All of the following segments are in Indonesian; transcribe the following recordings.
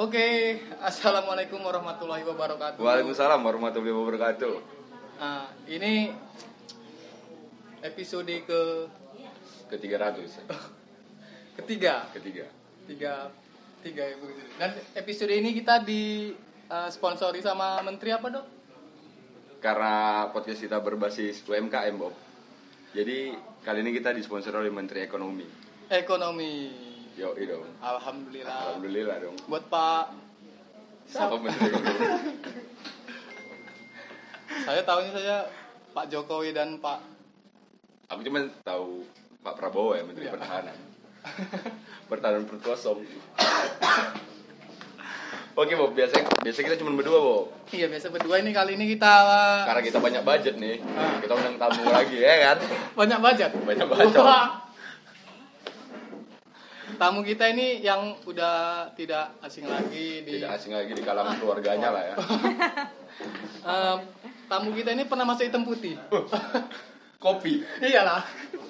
Oke, assalamualaikum warahmatullahi wabarakatuh. Waalaikumsalam warahmatullahi wabarakatuh. Nah, ini episode ke-300. ketiga ya begitu. Dan episode ini kita sponsori sama menteri apa, Dok? Karena podcast kita berbasis UMKM, Bob. Jadi kali ini kita disponsori oleh Menteri Ekonomi. Yo, dong. Alhamdulillah dong. Buat Pak Siapa Menteri Ekonomi? Saya tahunya Pak Jokowi dan Pak. Aku cuma tahu Pak Prabowo ya, Menteri Pertahanan. Pertahanan perut kosong. Oke, Bob, biasa kita cuma berdua, Bob. Iya, biasa berdua. Ini kali ini kita karena kita banyak budget nih. Kita undang tamu lagi ya kan? Banyak budget. Wah. Tamu kita ini yang udah tidak asing lagi di kalangan keluarganya lah ya. Tamu kita ini pernah masuk Hitam Putih. Kopi. Iyalah.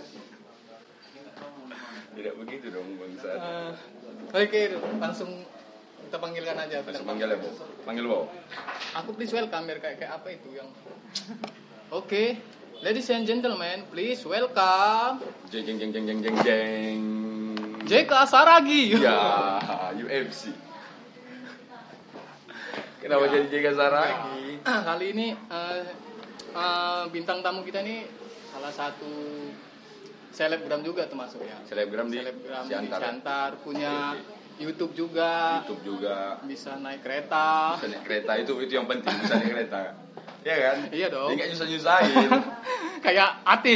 Tidak begitu dong, bangsa. Oke, langsung kita panggilkan aja. Langsung panggil ya, Bo. Panggil, Bo. Aku please welcome kayak apa itu yang. Oke. Ladies and gentlemen, please welcome Jeng. JK Saragi. Ya, UFC. Kenapa jadi JK Saragi? Kali ini bintang tamu kita ini salah satu selebgram juga termasuk ya. Selebgram di Siantar, punya YouTube juga. Bisa naik kereta. Itu yang penting, bisa naik kereta. Iya kan? Iya dong. Dia nggak nyusahin. Kayak Ati.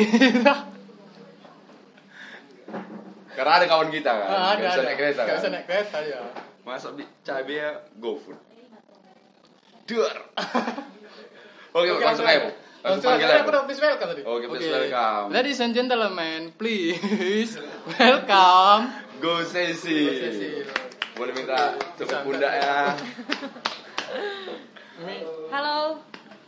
Karena ada kawan kita kan. Ada. Bisa naik kereta. Nggak bisa naik kereta ya. Masa cabenya GoFood. Duar. Oke, langsung aja. Langsung aja. Please welcome tadi. Oke, please welcome. Ladies and gentlemen, please welcome Go Sesi. Boleh minta tepuk pundak ya. Halo.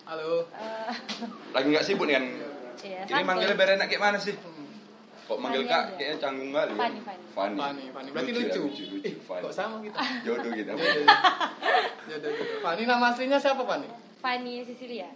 Lagi nggak sibuk nih kan? Iya, ini manggilnya biar enak kayak mana sih? Kok manggil Kak aja. kayaknya canggung kali. Fanny. Berarti lucu. Fanny. Kok sama kita? Jodoh kita. Jodoh. Fanny nama aslinya siapa, Fanny? Fanny Cecilia.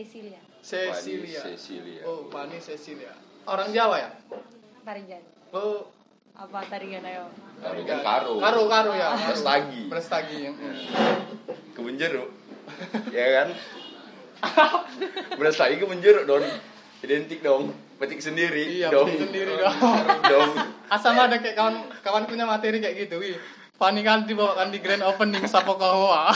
Oh, Fanny Cecilia. Orang Jawa ya? Tarigan. Oh, Apa tarigan ayo? Tarigan Karo ya. Prestagi. Kebun jeruk. Ya kan? Prestagi kebun jeruk dong. Identik dong. Petik sendiri. Iya, petik sendiri dong. Asal ada kayak kawan punya materi kayak gitu. Wih. Fanny kan dibawakan di grand opening Sapokawa.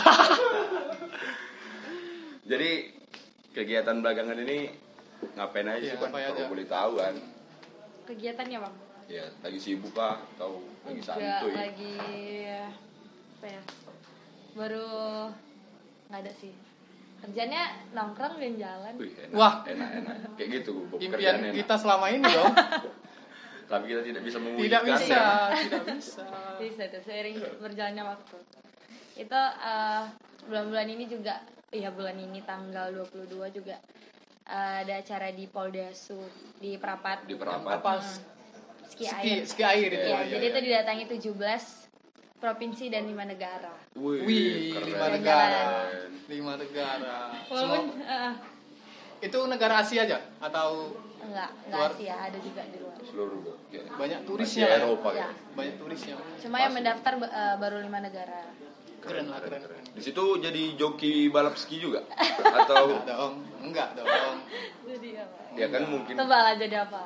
Jadi kegiatan belakangan ini ngapain aja sih, Pak? Kalau boleh tahu kan? Kegiatannya, Bang? Ya, lagi sibuk kah atau lagi santuy? Lagi apa ya? Baru nggak ada sih. Kerjanya nongkrong dan jalan. Wih, enak. Wah, enak. Kayak gitu, impian kita selama ini dong. Tapi kita tidak bisa mewujudkan. Tidak bisa. Bisa tuh, seiring berjalannya waktu. Itu bulan-bulan ini juga, bulan ini tanggal 22 juga ada acara di Poldasu di Prapat. Apa? Ski air itu. Ya, jadi itu didatangi 17 provinsi dan 5 negara. Wih, keren. 5 negara. Walaupun itu negara Asia aja atau enggak Asia, ada juga di luar. Seluruh. Ya. Banyak turisnya Masih Eropa ya. Banyak turisnya. Cuma yang mendaftar baru 5 negara. Keren. Di situ jadi joki balap ski juga atau enggak dong. Jadi apa? Ya kan mungkin. Tebal aja jadi apa?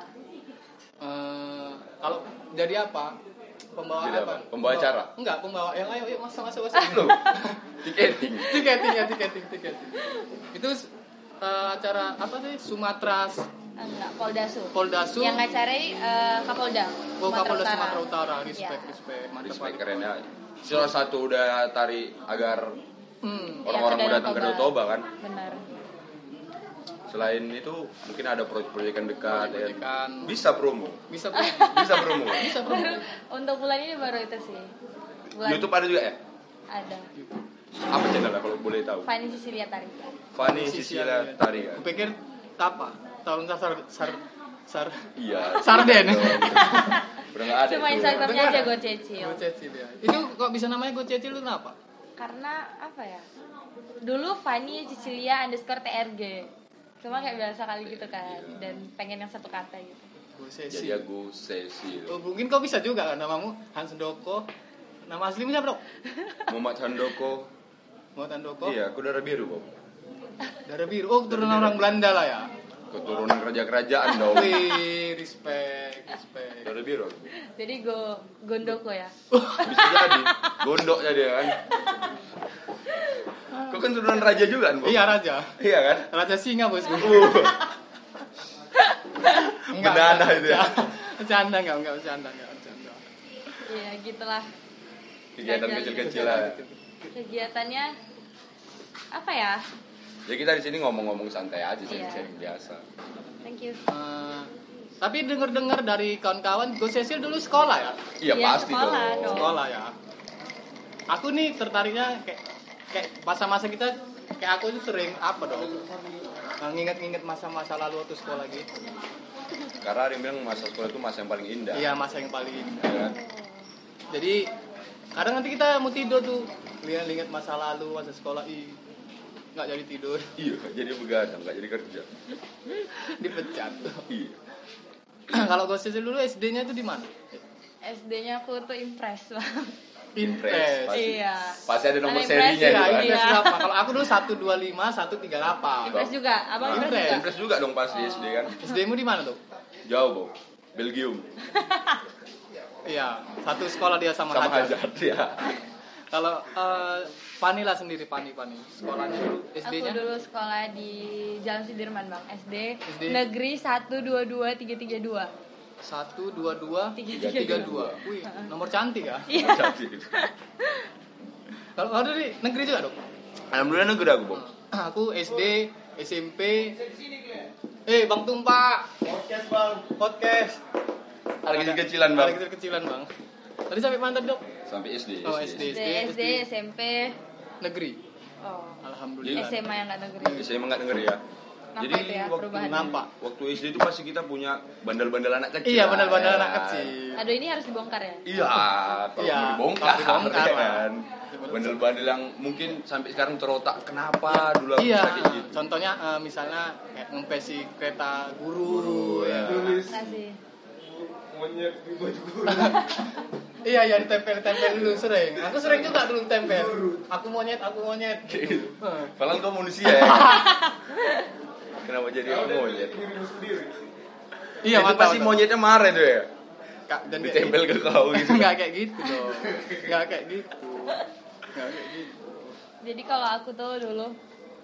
Kalau jadi apa? Pembawa jadi apa? Pembawa acara? Enggak, pembawa yang ayo masuk. Tiketing. Itu acara apa sih? Sumatera. Enggak, Poldasu. Yang ngacarai Kapolda. Kapolda Sumatera Utara. Respect. Mantap. Respect, keren ya. Salah satu udah tarik agar orang-orang ya, mau datang ke Danau Toba kan. Benar. Selain itu mungkin ada proyek-proyekan dekat ya. Bisa promo. Untuk bulan ini baru itu sih. YouTube ada juga ya? Ada. Apa channelnya kalau boleh tahu? Fanny Cecilia Tarigan. Fanny Cecilia Tarigan. Kupikir apa? Tahun Iya. Sarden. Udah nggak ada. Cuma Instagramnya aja Go Cecil. Ya. Itu kok bisa namanya Go Cecil itu kenapa? karena apa ya? Dulu Fanny Cecilia _TRG. Cuma kayak biasa kali gitu kan, dan pengen yang satu kata gitu. Jadi aku Cecil. Oh, mungkin kau bisa juga kan namamu Hans Doko. Nama aslimu siapa, Dok? Muhammad Handoko. Muhammad Handoko. Iya, aku darah biru, Bob. Darah biru. Oh, keturunan orang Belanda lah ya. Keturunan kerajaan dong. Wih, respect. Darah biru. Jadi Gondoko ya. Bisa jadi gondok jadi kan. Kau kan keturunan raja juga kan, Bob? Iya, raja. Iya kan? Raja singa, Bos. Banana itu ya. Bercanda enggak bercanda. Iya, gitulah. Kegiatan kecil-kecilan. Kegiatannya apa ya? Ya kita di sini ngomong-ngomong santai aja sih, Iya. biasa. Thank you. Tapi dengar dari kawan-kawan, Go Cecil dulu sekolah ya? Iya Iya, pasti sekolah dong. dong. Sekolah ya. Aku nih tertariknya kayak masa-masa kita kayak aku itu sering apa dong? Nginget-nginget masa-masa lalu waktu sekolah gitu. Karena ada yang bilang masa sekolah itu masa yang paling indah. Iya, masa yang paling indah. Ya kan? Jadi kadang nanti kita mau tidur tuh lihat masa lalu, masa sekolah, nggak jadi tidur. Iya, jadi begadang, nggak jadi kerja. Dipecat. Iya. Kalau Go Cecil dulu SD-nya itu di mana? SD-nya aku tuh impress Bang. Impres. Pasti. Iya. Pasti ada nomor Ada serinya impress itu ya, kan. Impres Iya. berapa? Kalau aku dulu 125, 138. Impress juga, Abang impress Impress. juga. Impres juga dong pasti SD kan. SD-mu di mana tuh? Jauh, Bob. Belgium. Iya, satu sekolah dia sama Sama Hajar. Hajar ya. Kalau Pani lah sendiri, Pani. Sekolahnya dulu, Aku SD-nya? dulu sekolah di Jalan Sudirman Bang, SD SD. Negeri 122332. 122 332. 32. Wih, nomor cantik ya. Iya. Cantik. Kalau dari negeri juga, Dok? Alhamdulillah negeri aku, Bob. Aku SD, SMP. Bang Tumpak. Podcast, Bang. Podcast. Lagi kecilan, Bang. Lagi kecilan, Bang. Tadi sampai mana, Dok? Sampai SD. Oh, SD. SD, SMP. Negeri. Oh. Alhamdulillah. SMA yang nggak negeri. Saya emang nggak denger ya. Nampak Jadi itu ya, waktu perubahan. Nampak. Waktu SD itu pasti kita punya bandel-bandel anak kecil. Iya, lah, benar-benar ya anak kan? kecil. Aduh, ini harus dibongkar ya? Iya, kalau Iya, mau dibongkar, kalau dibongkar, ya kan. Bang. Bandel-bandel yang mungkin sampai sekarang terotak. Kenapa dulu aku Iya, bisa kayak gitu? contohnya misalnya kayak ngempesi kereta guru, ya. Makasih. Monyet di baju guru. Iya, yang tempel-tempel dulu sering. Aku sering juga dulu tempel. Aku monyet. Gitu. Padahal kau manusia ya. Kenapa jadi monyet? Iya, itu pasti monyetnya marah tuh ya. Dan Ditempel ke kau gitu. Enggak kayak gitu dong. Enggak kayak gitu. Jadi kalau aku tuh dulu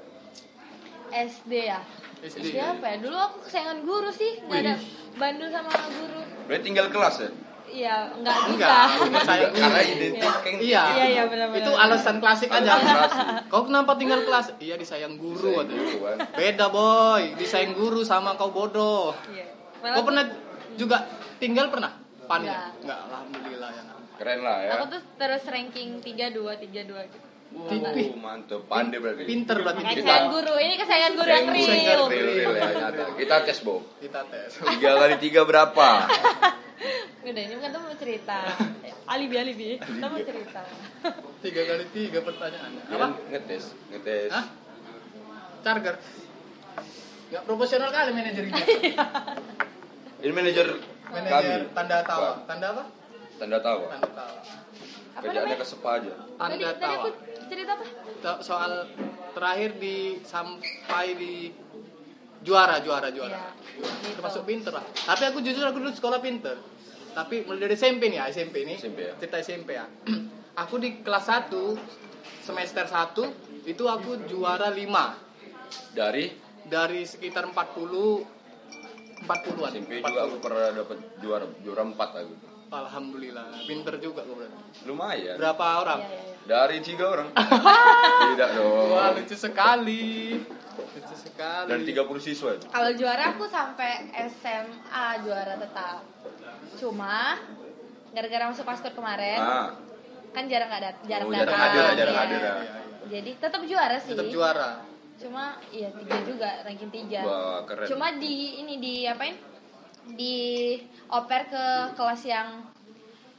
SD ya. SD. SD apa ya? Dulu aku kesayangan guru sih, nggak ada bandel sama guru. Berarti tinggal kelas ya? Iya, enggak juga. Enggak, saya Karena identik kan Iya. Iya, benar-benar. Itu alasan klasik aja. Alasan klasik. Kau kenapa tinggal kelas? Iya, disayang guru Disayang katanya. guru, kan. Beda, boy. Disayang guru sama kau bodoh. Iya. Kau pernah juga tinggal pernah? Pan Enggak. ya? Enggak, alhamdulillah ya. Keren lah ya. Aku tuh terus ranking 32 gitu. Tipih. Mantep, pandai berarti. Pinter berarti. Makanya Kita- kesayangan guru. Ini kesayangan guru yang real. Real ya nyata. Kita tes, Bo. Kita tes. 3 kali 3 berapa? Udah, ini bukan tuh mau cerita. Alibi. Kita mau cerita. 3 kali 3 pertanyaannya. Ya, Apa? ngetes. Hah? Charger. Enggak profesional kali manajernya. Ini manajer Manajer kami. tanda tawa. Pak. Tanda apa? Tanda tawa. Tanda tawa. Apa Kerjaannya namanya? ke sepa aja. Tadi Tanda aku tawa. cerita apa? Soal terakhir sampai di juara. Iya, Itu gitu. termasuk pinter lah. Tapi aku jujur aku dulu sekolah pinter. Tapi mulai dari SMP nih ya, SMP nih. SMP ya. Cerita SMP ya. Aku di kelas 1 semester 1 itu aku juara 5 dari sekitar 40-an. SMP juga aku pernah dapat juara 4 aku. Alhamdulillah, pinter juga gue berarti. Lumayan. Berapa orang? Iya. Dari 3 orang. Tidak dong. Wah, lucu sekali. Dan 30 siswa itu. Kalau juara aku sampai SMA juara tetap. Cuma gara-gara masuk paskut kemarin, Ah, kan jarang jarang datang. hadir ya, jarang Iya. hadir ya. Jadi tetap juara sih. Tetap juara. Cuma iya 3 juga, ranking 3. Wah, keren. Cuma di apain? Di oper ke kelas yang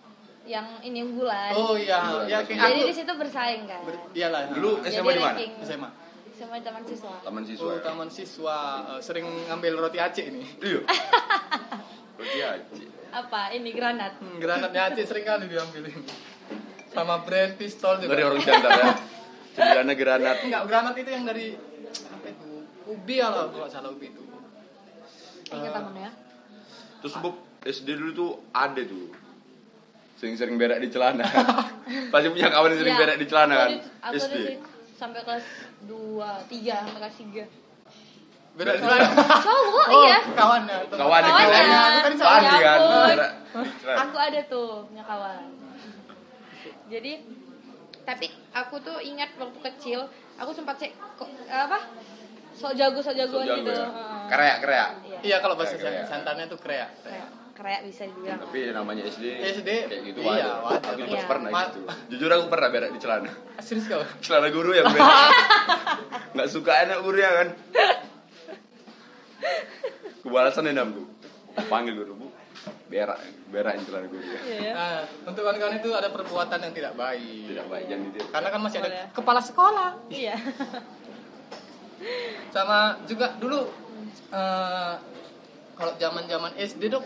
yang ini unggulan. Oh iya, ya kayak Jadi aku. di situ bersaing kan. Iyalah. Dulu Jadi SMA di mana? ranking. SMA. SMA taman siswa. Taman siswa. Oh, Ya? taman siswa sering ngambil roti Aceh ini. Iya. Roti Aceh. Apa? Ini granat. Granatnya Aceh sering kali diambilin. Sama brand pistol juga. Dari orang Jantar ya. Sembilannya granat. Enggak, granat itu yang dari apa itu? Ubi kalau nggak salah ubi itu. Ingat taman ya. Terus Bob SD dulu tuh ada tuh sering-sering berak di celana. Pasti punya kawan yang sering Iya. berak di celana kan? Aku SD. ada sih sampai kelas 2, 3 sampai kelas 3. Beda celana. Cowok Oh, iya. kawannya. Kawannya Kawannya. kita. Aku kan Ya Pandi kan. ampun. berak di celana. Aku ada tuh punya kawan. Jadi tapi aku tuh ingat waktu kecil aku sempat apa? Sok jagoan So, gitu. jago ya. Heeh. Kreak. Iya. Iya, kalau bahasa Kreak. santannya tuh kreak. Kayak bisa dibilang. Tapi namanya SD. SD, kayak gitu iya, wajar. wajar. Aku juga Iya. pernah gitu. Jujur aku pernah berak di celana. Serius kau? Celana guru yang berak. Nggak suka anak guru ya kan? Kebalasan dendamku. Panggil guru, Bu. Berakin celana guru ya. Iya ya. Nah, untuk kawan-kawan itu ada perbuatan yang tidak baik. Tidak baik, jangan ditiru. Karena kan masih ada Boleh. kepala sekolah. Iya. Sama juga dulu kalau zaman-zaman SD dok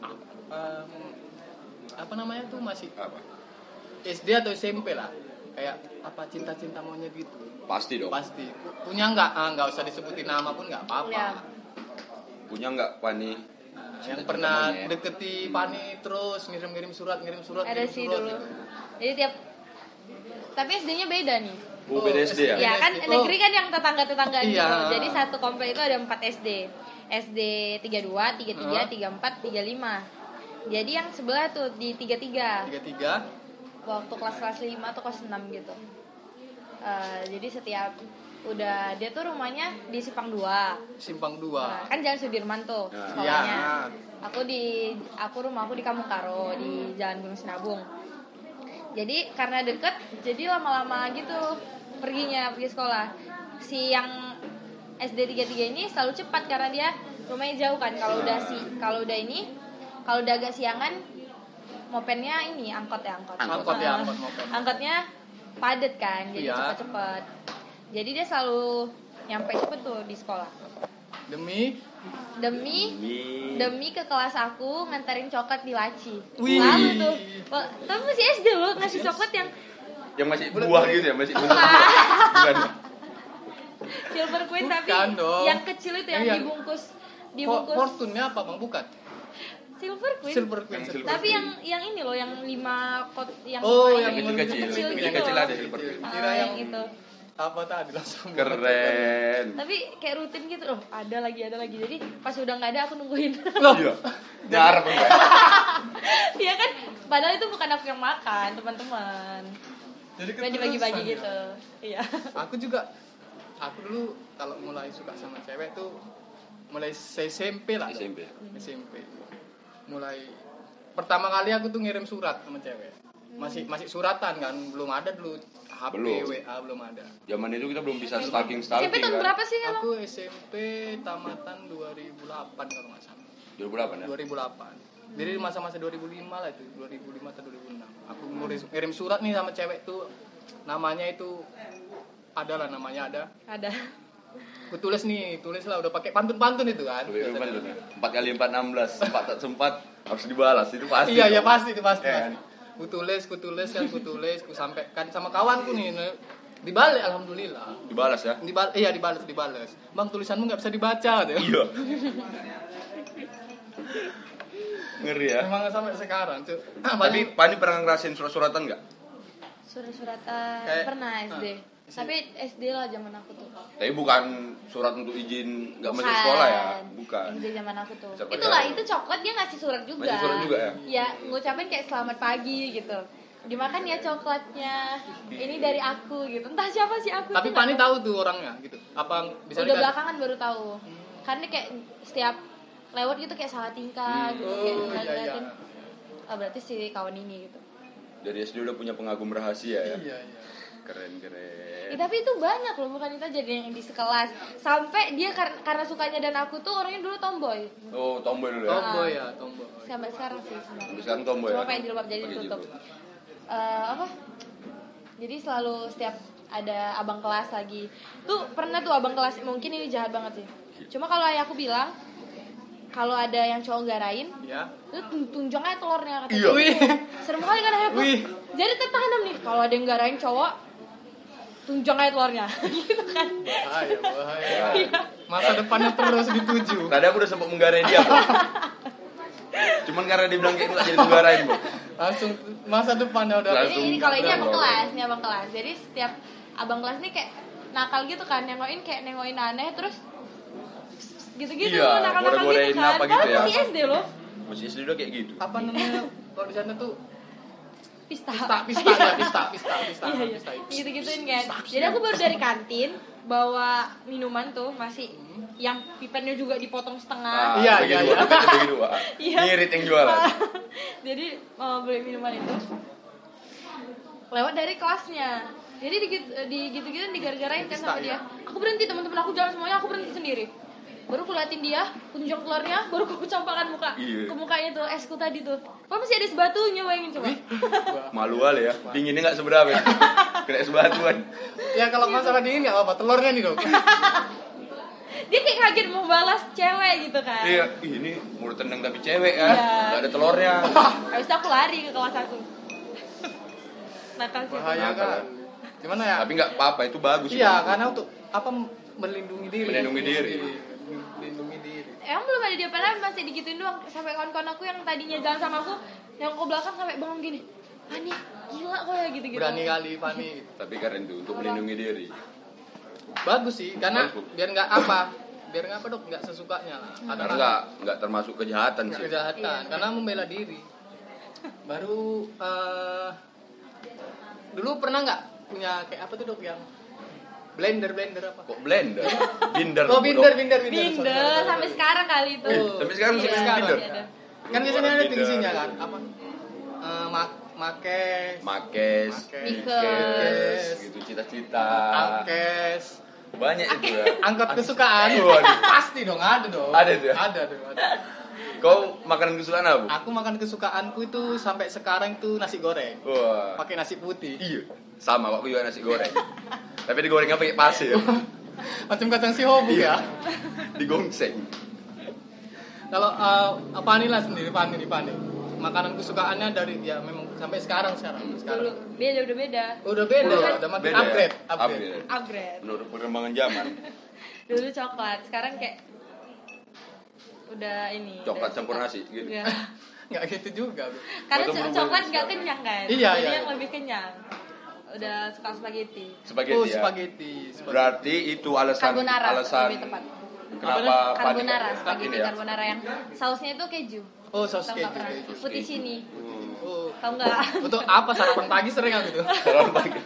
apa namanya tuh masih Apa? SD atau SMP lah, kayak apa cinta-cinta monyet gitu. Pasti dong. Pasti punya nggak usah disebutin nama pun nggak apa-apa. Iya. Punya nggak Pani? Yang Cinta-cinta pernah monyet. deketi Pani terus ngirim surat Ada ngirim sih surat dulu. gitu. Jadi tiap tapi SD-nya beda nih. Oh, beda SD ya? Iya kan SD. negeri kan yang tetangga-tetangga Iya. gitu. Jadi satu komplek itu ada 4 SD. SD 32, 33, 34, 35. Jadi yang sebelah tuh di 33. 33 Waktu kelas 5 atau kelas 6 gitu. Jadi setiap udah dia tuh rumahnya di Simpang 2. Simpang 2. Nah, kan Jalan Sudirman tuh Nah. sekolahnya. Iya. Rumahku di Kampung Karo di Jalan Gunung Sinabung. Jadi karena deket, jadi lama-lama gitu pergi sekolah. Si yang SD 33 ini selalu cepat karena dia rumahnya jauh kan. Kalau udah agak siangan, mopennya ini angkot. Angkot ya, angkot mopen. Angkotnya padet kan, jadi Iya. cepet-cepet. Jadi dia selalu nyampe cepet tuh di sekolah. Demi Demi ke kelas aku nganterin coklat di laci. Wih. Lalu tuh, tapi masih SD loh ngasih coklat yang Yang masih buah gitu ya, masih bukan. silver queen tapi Bukan dong. yang kecil itu yang Iya. dibungkus Fortune-nya apa bang? Bukan. silver queen. Silver Queen. Yang silver Tapi queen. yang ini loh yang 5 kot yang Oh, lima yang ini. kecil-kecil. Kecil Yang gitu. kecil ada silver queen. Kira yang itu. apa tadi langsung Keren. Tapi kayak rutin gitu loh, ada lagi. Jadi pas udah nggak ada aku nungguin. Loh, Iya. Ngarep enggak? Iya kan, padahal itu bukan aku yang makan, teman-teman. jadi Cuma dibagi-bagi keterusan gitu. ya. Iya. Aku dulu kalau mulai suka sama cewek tuh mulai SMP lah. SMP. SMP. Mulai pertama kali aku tuh ngirim surat sama cewek. Masih suratan kan, belum ada dulu HP, Belum. WA belum ada. Zaman itu kita belum bisa stalking SMP tahun kan. berapa sih kalau? Aku SMP tamatan 2008 kalau nggak salah. 2008 ya? 2008. Jadi masa-masa 2005 lah itu, 2005 atau 2006. Aku ngirim surat nih sama cewek tuh, namanya itu adalah namanya ada. Ada. Aku tulis lah udah pakai pantun itu kan. Lebih depan tuh. 4 kali 4 16. Sempat tak sempat harus dibalas itu pasti. Iya, dong. pasti itu pasti. Iya. Ku tulis, ku sampaikan sama kawanku nih. Dibalik alhamdulillah. Dibalas ya? Dibalas. Bang, tulisanmu nggak bisa dibaca tuh. Iya. Ngeri ya. Memang sampai sekarang tuh. Tapi Pani pernah ngerasain surat-suratan nggak? Surat-suratan Kayak- pernah SD. Tapi SD lah zaman aku tuh. Tapi bukan surat untuk izin nggak masuk Bukan. sekolah ya? Bukan. SD zaman aku tuh. Siapa Itulah tahu. itu coklat dia ngasih surat juga. Ngasih surat juga ya? Ya, ngucapin kayak selamat pagi gitu. Dimakan ya coklatnya. Ini dari aku gitu. Entah siapa sih aku. Tapi tuh Pani nggak tahu tuh orangnya gitu. Apa bisa udah dikasih? belakangan baru tahu. Karena kayak setiap lewat gitu kayak salah tingkah gitu kayak Oh, iya. ngeliatin. Oh, berarti si kawan ini gitu. Dari SD udah punya pengagum rahasia ya. Iya. Keren. Tapi itu banyak loh, bukan itu jadi yang di sekelas. Sampai dia karena sukanya dan aku tuh orangnya dulu tomboy. Oh, tomboy dulu ya. Tomboy. Sampai sekarang sih sebenarnya. Sampai sekarang tomboy Cuma ya? pakai jilbab jadi Pakai ditutup. jilbab. Jadi selalu setiap ada abang kelas lagi tuh pernah tuh abang kelas, mungkin ini jahat banget sih. Cuma kalau ayahku bilang kalau ada yang cowok garain, Ya. itu tunjang aja telurnya katanya. Iya. Wih. Serem kali kan ayahku. Wih. Jadi tertanam nih kalau ada yang garain cowok, tunjang aja telurnya. Gitu kan. Bahaya. Masa depannya terus dituju. Tadi aku udah sempat menggarai dia, Bro. Cuman karena dia bilang kayak gitu jadi menggarain, Bro. Langsung masa depannya udah Langsung. Ini kalau ini abang Bro. kelas, ini abang kelas. Jadi setiap abang kelas nih kayak nakal gitu kan, nengokin aneh terus gitu-gitu Iya, nakal-nakal goda-godain gitu kan. apa gitu Padahal ya. masih SD loh. Masih SD udah kayak gitu. apa namanya kalau di sana tuh Pista. pista. Iya. Gitu-gituin kan. Jadi aku baru dari kantin bawa minuman tuh masih yang pipennya juga dipotong setengah. Iya. Begitu, Pak. Iya. Ngirit yang jualan. Jadi mau beli minuman itu lewat dari kelasnya. Jadi gitu-gitu digar-garain kan sama dia. Aku berhenti, teman-teman aku jalan semuanya, aku berhenti sendiri. Baru aku liatin dia, tunjuk telurnya, baru aku campakkan Iya. ke mukanya tuh esku tadi tuh. Kok masih ada sebatunya, bayangin coba. Malu kali ya. Dinginnya enggak seberapa. Ya. Kena sebatuan. Ya kalau masalah dingin nggak apa-apa, telurnya nih dong. Dia kayak kaget mau balas cewek gitu kan. Iya, ini mau tendang tapi cewek kan. Iya. Enggak ada telurnya. Habis itu aku lari ke kelas aku. Nakal sih. Bahaya Nakal, kan. Gimana ya? Tapi enggak apa-apa, itu bagus. Iya, Bro. karena untuk apa melindungi diri. Melindungi diri. Melindungi diri. Emang belum ada diapa-apain, masih digituin doang. Sampai kawan-kawan aku yang tadinya jalan sama aku, yang ke belakang sampai bangun gini. Ani, gila kok ya gitu-gitu. Berani kali Fani. Tapi keren tuh untuk melindungi diri. Bagus sih, karena Bagus. biar nggak apa dok, nggak sesukanya. Karena enggak termasuk kejahatan sih. kejahatan, Iya. karena membela diri. Baru dulu pernah nggak punya kayak apa tuh dok yang blender apa? Kok blender? Binder. Oh binder. Binder sampai sekarang kali itu. Oh. Tapi sekarang masih Iya, bisa binder. iya, ada. Kan biasanya ada Binder. tingsinya kan? Apa? Makes, Makes, Mikes. gitu cita-cita. Akes, Banyak itu ya. angkot kesukaan. Waduh. Pasti dong, ada dong. Ada tuh ya? Ada. Kau makanan kesukaan apa? Aku makan kesukaanku itu sampai sekarang itu nasi goreng. Wah. Pakai nasi putih. Iya. Sama, aku juga nasi goreng. Tapi digorengnya pakai pasir. Macam kacang sihobu Iya. ya. Digongseng. Kalau Pani lah sendiri, Pani. Makanan kesukaannya dari ya memang sampai sekarang. Dulu udah beda. Udah beda, udah makin Beda ya? upgrade. Upgrade. Menurut perkembangan zaman. Dulu coklat, sekarang kayak udah ini. Coklat udah campur suka. nasi gitu. Iya. Nggak gitu juga. Karena Atau berubah coklat gitu. nggak kenyang kan. Iya, Jadi iya. yang lebih kenyang. Udah suka spaghetti. Spaghetti ya. Spaghetti. Berarti itu alasan Carbonara lebih tepat. kenapa Carbonara, Pani- spaghetti ini ya? carbonara yang sausnya itu keju. Oh, saus Tahu nggak keju. pernah? Putih sini. Oh. Tahu nggak? Untuk apa sarapan pagi sering aku tuh? Salam pagi.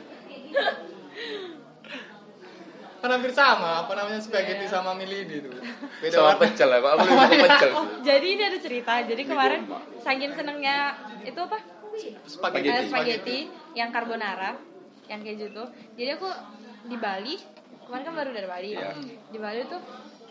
Kan hampir sama, apa namanya spaghetti Iya. sama milidi itu. Beda Sama warna. pecel ya, Pak. Aku lebih suka pecel. Oh, jadi ini ada cerita. Jadi kemarin saking senengnya itu apa? Spaghetti yang carbonara, yang keju tuh. Jadi aku di Bali, kemarin kan baru dari Bali. Iya. Di Bali tuh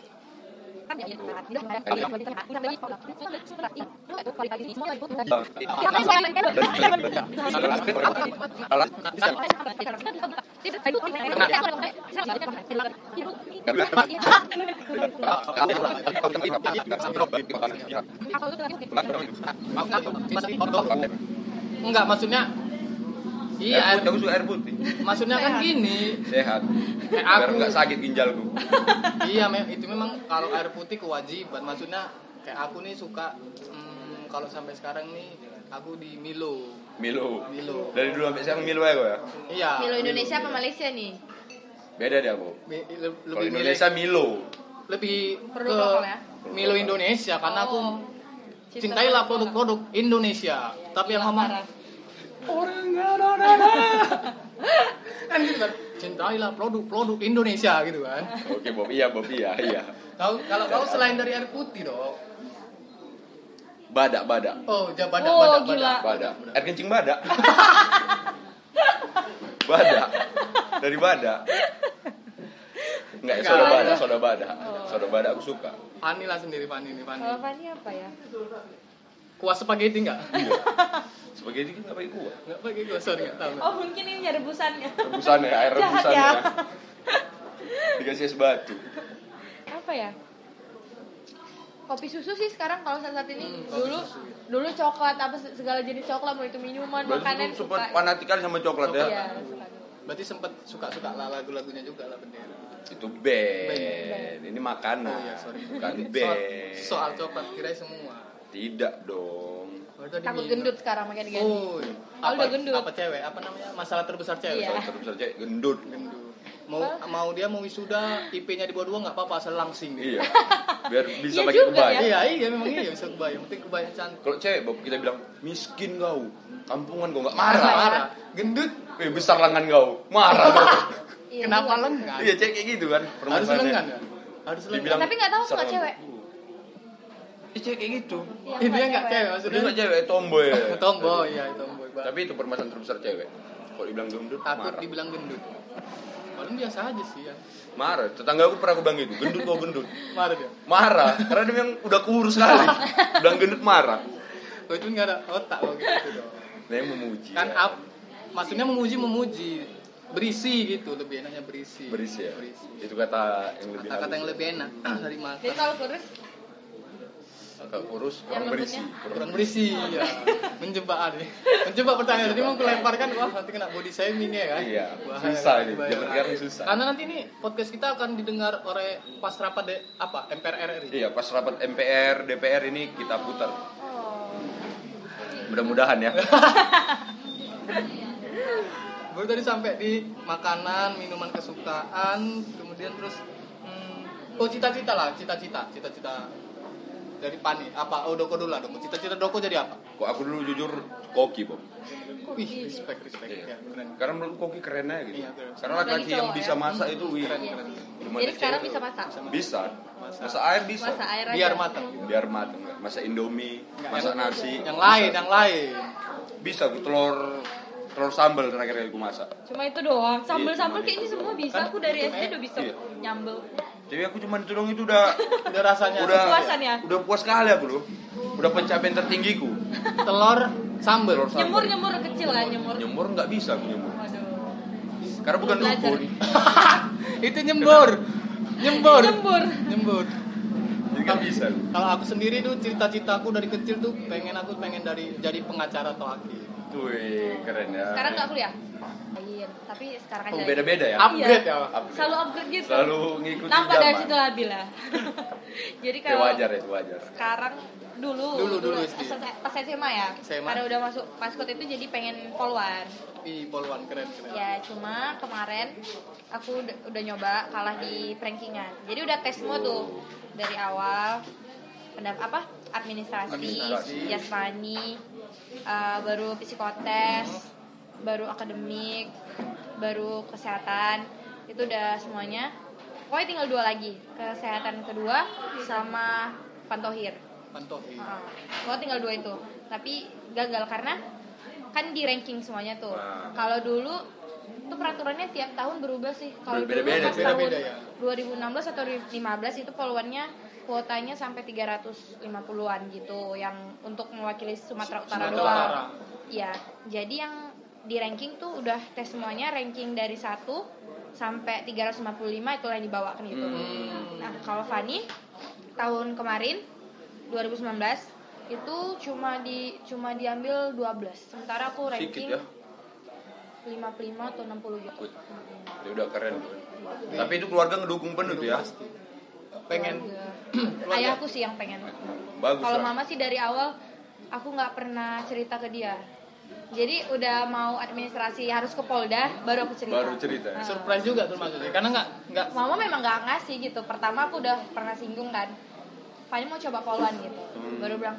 Enggak, maksudnya iya, Air putih, aku suka air putih. maksudnya kan gini. Sehat. Kayak Biar aku. nggak sakit ginjalku. Iya, itu memang kalau air putih kewajiban. Maksudnya kayak aku nih suka kalau sampai sekarang nih aku di Milo. Milo. Milo. Dari dulu sampai sekarang Milo ya kok ya. Iya. Milo Indonesia apa Malaysia nih? Beda dia aku. Kalau Lebih Indonesia Milo. lebih Produk ke lokal ya? Milo Indonesia karena aku Oh. Cinta cintailah produk produk-produk Indonesia. Tapi yang ngomong parah. orang kan gitu kan, cintailah produk-produk Indonesia gitu kan. Oke, Bob. Iya, Bob. Iya. Kalau kau selain dari air putih dong, Badak. Oh, badak. Oh, gila. Badak. Air kencing badak. Badak. Dari badak. Enggak, soda badak. Soda badak aku suka. Fani lah sendiri, Fani. Kalau Fani apa ya? Kuah spaghetti enggak? Iya. Spaghetti kan enggak pakai kuah. Enggak pakai kuah, sorry enggak tahu. Oh, mungkin ini rebusannya. Rebusannya, air Jahat rebusannya. ya. Dikasih es batu. Apa ya? Kopi susu sih sekarang kalau saat ini. Kopi Dulu susu. dulu coklat apa segala jenis coklat, mau itu minuman, makanan Berarti sempat suka. fanatik kali sama coklat ya? Iya, suka. Berarti sempat suka lagu-lagunya juga lah Bendera. Itu band. Ini makanan. Oh iya, sorry. Bukan Ini band. soal coklat kira semua. Tidak dong. Oh, tadi Takut minum. gendut sekarang makanya diganti. Oh, Kalau udah gendut. Apa cewek? Apa namanya? Masalah terbesar cewek. Iya. Soal terbesar cewek gendut. Gendut. Mau dia mau wisuda, IP-nya di bawah 2 enggak apa-apa, asal langsing gitu. Iya. Biar bisa Iya pakai juga kebaya. ya. Iya, memang iya bisa kebaya. Yang penting kebaya cantik. Kalau cewek, Bob, kita bilang miskin kau, kampungan kau nggak Marah. marah. Marah. Gendut. Besar lengan kau, marah kau. Iya, Kenapa juga. lengan? Iya, cewek kayak gitu kan. Harus permasalahannya. lengan ya? Harus lengan. Dibilang, Tapi nggak tahu aku nggak besar cewek. lengan. Cewek kayak gitu. Iya, Dia enggak cewek Dia maksudnya. nggak cewek, tomboy. Tomboy, iya tomboy. Tapi itu permasalahan terbesar cewek. Kalau dibilang gendut, Takut marah. dibilang gendut. Paling biasa aja sih ya. Marah. Tetangga aku pernah aku bilang gitu, gendut kau gendut. Marah dia. Marah, karena dia yang udah kurus sekali. Bilang gendut marah. Oh itu nggak ada otak oh, gitu dong. Nah, yang memuji. Kan ya. maksudnya memuji berisi gitu, lebih enaknya berisi. Berisi ya. Berisi. Itu kata yang lebih Kata-kata yang halus. lebih enak dari mata. Jadi kalau kurus, Kalau kurus Yang kurang berisi. lembutnya? Kurang berisi ya. Menjebak nih. Menjebak pertanyaan tadi mau kulemparkan wah nanti kena body shaming ya kan. Iya, Wah, susah ini. bahaya. Zaman sekarang susah. Karena nanti ini podcast kita akan didengar oleh pas rapat MPR RI. Iya, pas rapat MPR, DPR ini kita putar. oh, Mudah-mudahan ya. Baru tadi sampai di makanan, minuman kesukaan, kemudian terus oh cita-cita dari Pani. Apa? Oh Doko dulu lah, Doko. Cita-cita Doko jadi apa? Kok aku dulu jujur koki, Bob. Wih, respect Iya. ya, keren. Karena menurut koki keren aja gitu. Iya, keren. Karena laki-laki Apalagi yang cowok bisa ya. masak itu wih. Keren, iya keren. sih. Belum Jadi ada sekarang cewek. bisa masak. Bisa. Masak air bisa. Masak air aja. Biar matang. Biar mateng. Masak Indomie, Nggak, masak yang- nasi. Yang bisa. lain. Bisa aku telur sambal terakhir kali aku masak. Cuma itu doang. Sambel-sambel Iya, kayaknya semua bisa. Kan Aku dari SD udah bisa Iya. nyambel. Jadi aku cuma itu dong itu udah Udah rasanya Kepuasan ya? udah puas sekali aku loh. Udah pencapaian tertinggiku. telur sambal. Telur sambal. Nyemur kecil kan nyemur. Nyemur nggak bisa aku nyemur. Waduh. Karena bukan Belajar. dukun. Itu nyembur. Nyembur. Jadi nggak bisa. Kalau aku sendiri tuh cita-citaku dari kecil tuh pengen jadi pengacara atau hakim. Wih, keren ya. Sekarang nggak kuliah? Lain. Tapi sekarang aja. Oh, beda-beda ya. Upgrade Iya. ya. Upgrade. Selalu upgrade gitu. Selalu ngikutin Nampak zaman. dari situ Habila. Jadi Ya, kalau wajar ya, itu wajar. sekarang dulu SD. pas SMA ya. SMA. Karena udah masuk paskot itu jadi pengen polwan. Ih, poluan keren. Ya cuma kemarin aku udah nyoba kalah di rankingan. Jadi udah tes semua tuh dari awal administrasi, jasmani, baru psikotes, baru akademik, baru kesehatan. Itu udah semuanya. Pokoknya tinggal 2 lagi, kesehatan kedua sama pantohir. Pantohi. Pokoknya tinggal 2 itu. Tapi gagal karena kan di ranking semuanya tuh. Wah. Kalau dulu tuh peraturannya tiap tahun berubah sih. Kalau dulu Beda-beda, pas tahun beda-beda ya. 2016 atau 2015 itu polwannya kuotanya sampai 350-an gitu yang untuk mewakili Sumatera Utara Sumatera doang. Utara. Iya, jadi yang di ranking tuh udah tes semuanya ranking dari 1 sampai 355 itulah yang dibawakan gitu. Nah, kalau Fani tahun kemarin 2019 itu cuma diambil 12. Sementara aku ranking Sedikit ya. 55 atau 60 gitu. Wih, ya udah keren. Tapi itu keluarga ngedukung penuh tuh ya. Pengen Ayahku sih yang pengen. Bagus Kalau lah. mama sih dari awal aku nggak pernah cerita ke dia. Jadi udah mau administrasi harus ke Polda baru aku cerita. Baru cerita. Nah. surprise juga tuh maksudnya. Karena nggak Mama memang nggak ngasih gitu. Pertama aku udah pernah singgung kan. Fani mau coba polwan gitu. Baru bilang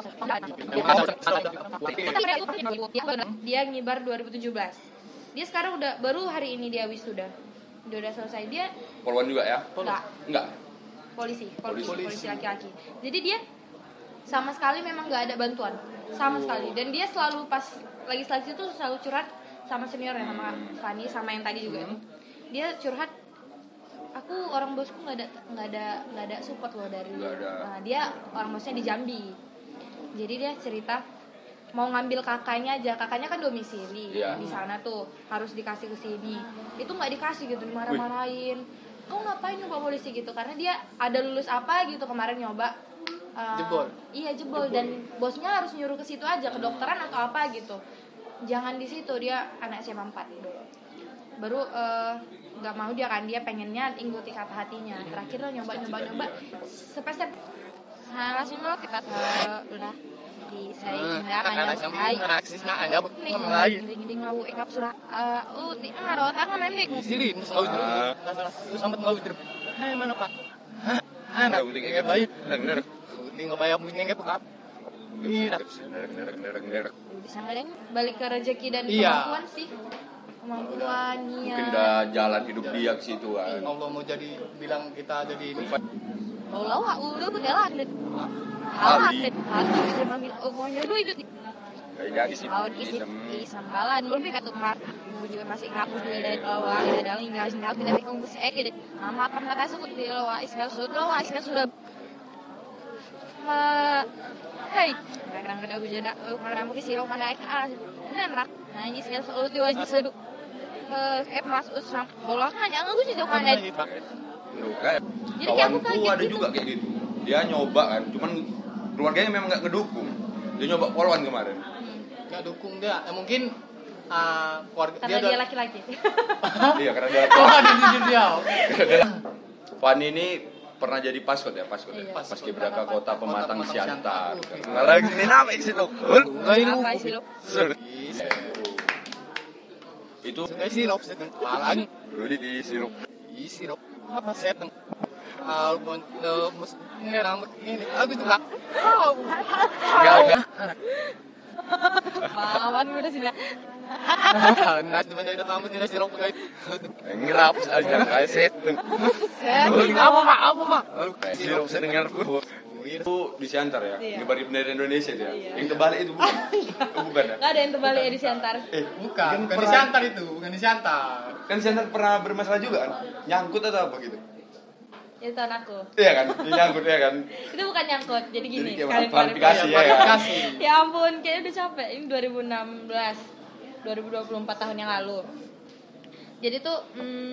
dia ngibar 2017. Dia sekarang baru hari ini dia wisuda. Udah selesai dia Polwan juga ya? enggak Enggak. polisi Polisi. laki-laki. Jadi dia sama sekali memang nggak ada bantuan sama sekali, dan dia selalu pas lagi seleksi itu selalu curhat sama senior ya, sama Fanny sama yang tadi juga itu. Dia curhat, aku orang bosku nggak ada support loh dari. Nah, dia orang bosnya di Jambi, jadi dia cerita mau ngambil kakaknya aja, kakaknya kan domisili di sana tuh, harus dikasih ke sini, itu nggak dikasih gitu, dimarah-marahin. Kamu ngapain nyoba polisi gitu, karena dia ada lulus apa gitu kemarin nyoba. Iya jebol, dan bosnya harus nyuruh ke situ aja, kedokteran atau apa gitu, jangan di situ. Dia anak SMA 4 baru nggak mau dia kan, dia pengennya ikuti kata hatinya. Terakhir lo nyoba step. Nah langsung lo kita udah di saya nggak akan gini ngau ikap surah di ngarot tangan nanti Siri, sampai mau hidup. Hai mana Pak? Anak kayak bayi, bener. Tinggal bayar punya kayak Pak. Iya. Bisa nggak balik ke rezeki dan kemampuan sih. Kemampuan ya. Mungkin udah jalan hidup dia ke situ kan. Allah mau jadi bilang kita jadi ini. Allah udah jalan. Harus bisa mengambil umurnya dulu itu. Kayak isi sambalan lebih kata Mar. Juga masih ngaku dari awal dari nggak sinyal kita bingung deh. Mama pernah kasih di lawa iskal sudah. Hei, kadang udah bujana mana mungkin sih mana aja. Nah, ini iskal sudah diwajib seduk. Mas usang bolak nanya aku sih jauh mana. Jadi kawanku ada juga kayak gitu. Dia nyoba kan, cuman keluarganya memang nggak ngedukung. Dia nyoba poluan kemarin. Nggak dukung dia, mungkin keluarga karena dia laki-laki. Iya, karena dia. Dia. Fanny ini pernah jadi paskot ya. Iya. Paskibraka Kota Pematang Siantar. Nggak lagi ini nama isi lo. Itu sirup malang Rudi di sirup. Sirup apa seteng ngerang ini aku tuh enggak Pahlawan udah sih. Nas di mana tamu tidak sirup guys Ngerap aja kayak seteng. apa mak Sirup sedengar bu. Itu di Siantar ya, nyebarin bendera Indonesia dia. Yang terbalik itu bukan? Bukan ya? Nggak ada yang terbalik ya di Siantar. Bukan di Siantar itu, bukan di Siantar. Kan Siantar pernah bermasalah juga kan? Nyangkut atau apa gitu? Itu anakku. Iya kan? Dia nyangkut ya kan? Itu bukan nyangkut, jadi gini. Jadi kayak klarifikasi ya kan? Ya ampun, kayaknya udah capek. Ini 2024 tahun yang lalu. Jadi tuh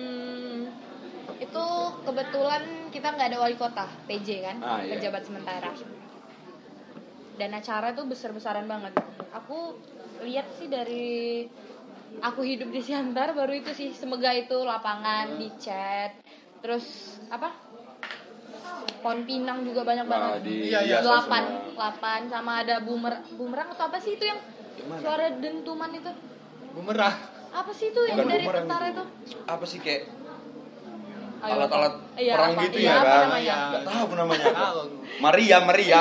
itu kebetulan kita nggak ada wali kota PJ kan, pejabat sementara, dan acara tuh besar-besaran banget. Aku lihat sih dari aku hidup di Siantar baru itu sih, semegah itu lapangan dicat, terus apa pohon pinang juga banyak banget, 8 sama ada bumerang atau apa sih itu yang suara dentuman itu, bumerang apa sih itu yang dari tentara itu, apa sih kayak alat-alat perang apa? gitu ya kan? Nggak tahu namanya. Meriam. Meriam.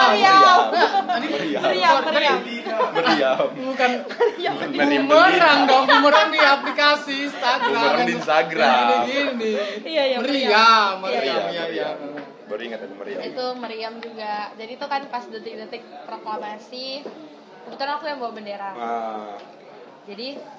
Bukan. Bumerang dong, bumerang di aplikasi Instagram. Bumerang di Instagram. Gini. Iya. Meriam. Baru ingat ada meriam. Itu meriam juga. Jadi itu kan pas detik-detik proklamasi, kebetulan aku yang bawa bendera. Jadi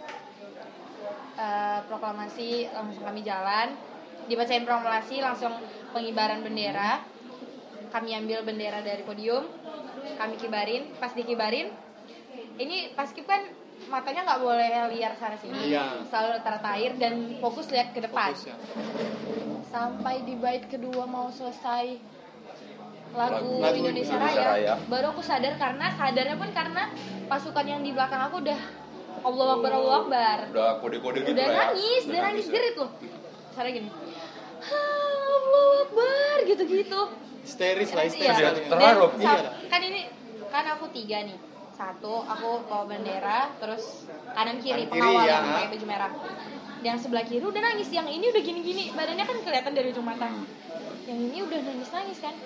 proklamasi langsung kami jalan, dibacain proklamasi langsung pengibaran bendera, kami ambil bendera dari podium, kami kibarin. Pas dikibarin, ini paskib kan matanya nggak boleh liar sana sini, selalu terakhir dan fokus lihat ke depan. Sampai di bait kedua mau selesai lagu Indonesia Raya, baru aku sadar, karena sadarnya pun karena pasukan yang di belakang aku udah Allah Akbar. Udah kode-kode gitu udah ya. Udah nangis jerit loh. Cara gini. Allah Akbar gitu-gitu. Histeris lah, terharu. Kan ini kan aku 3 nih. 1 aku bawa bendera, terus kanan kiri pengawal yang pakai baju merah. Yang sebelah kiri udah nangis, yang ini udah gini-gini, badannya kan kelihatan dari ujung mata. Yang ini udah nangis kan.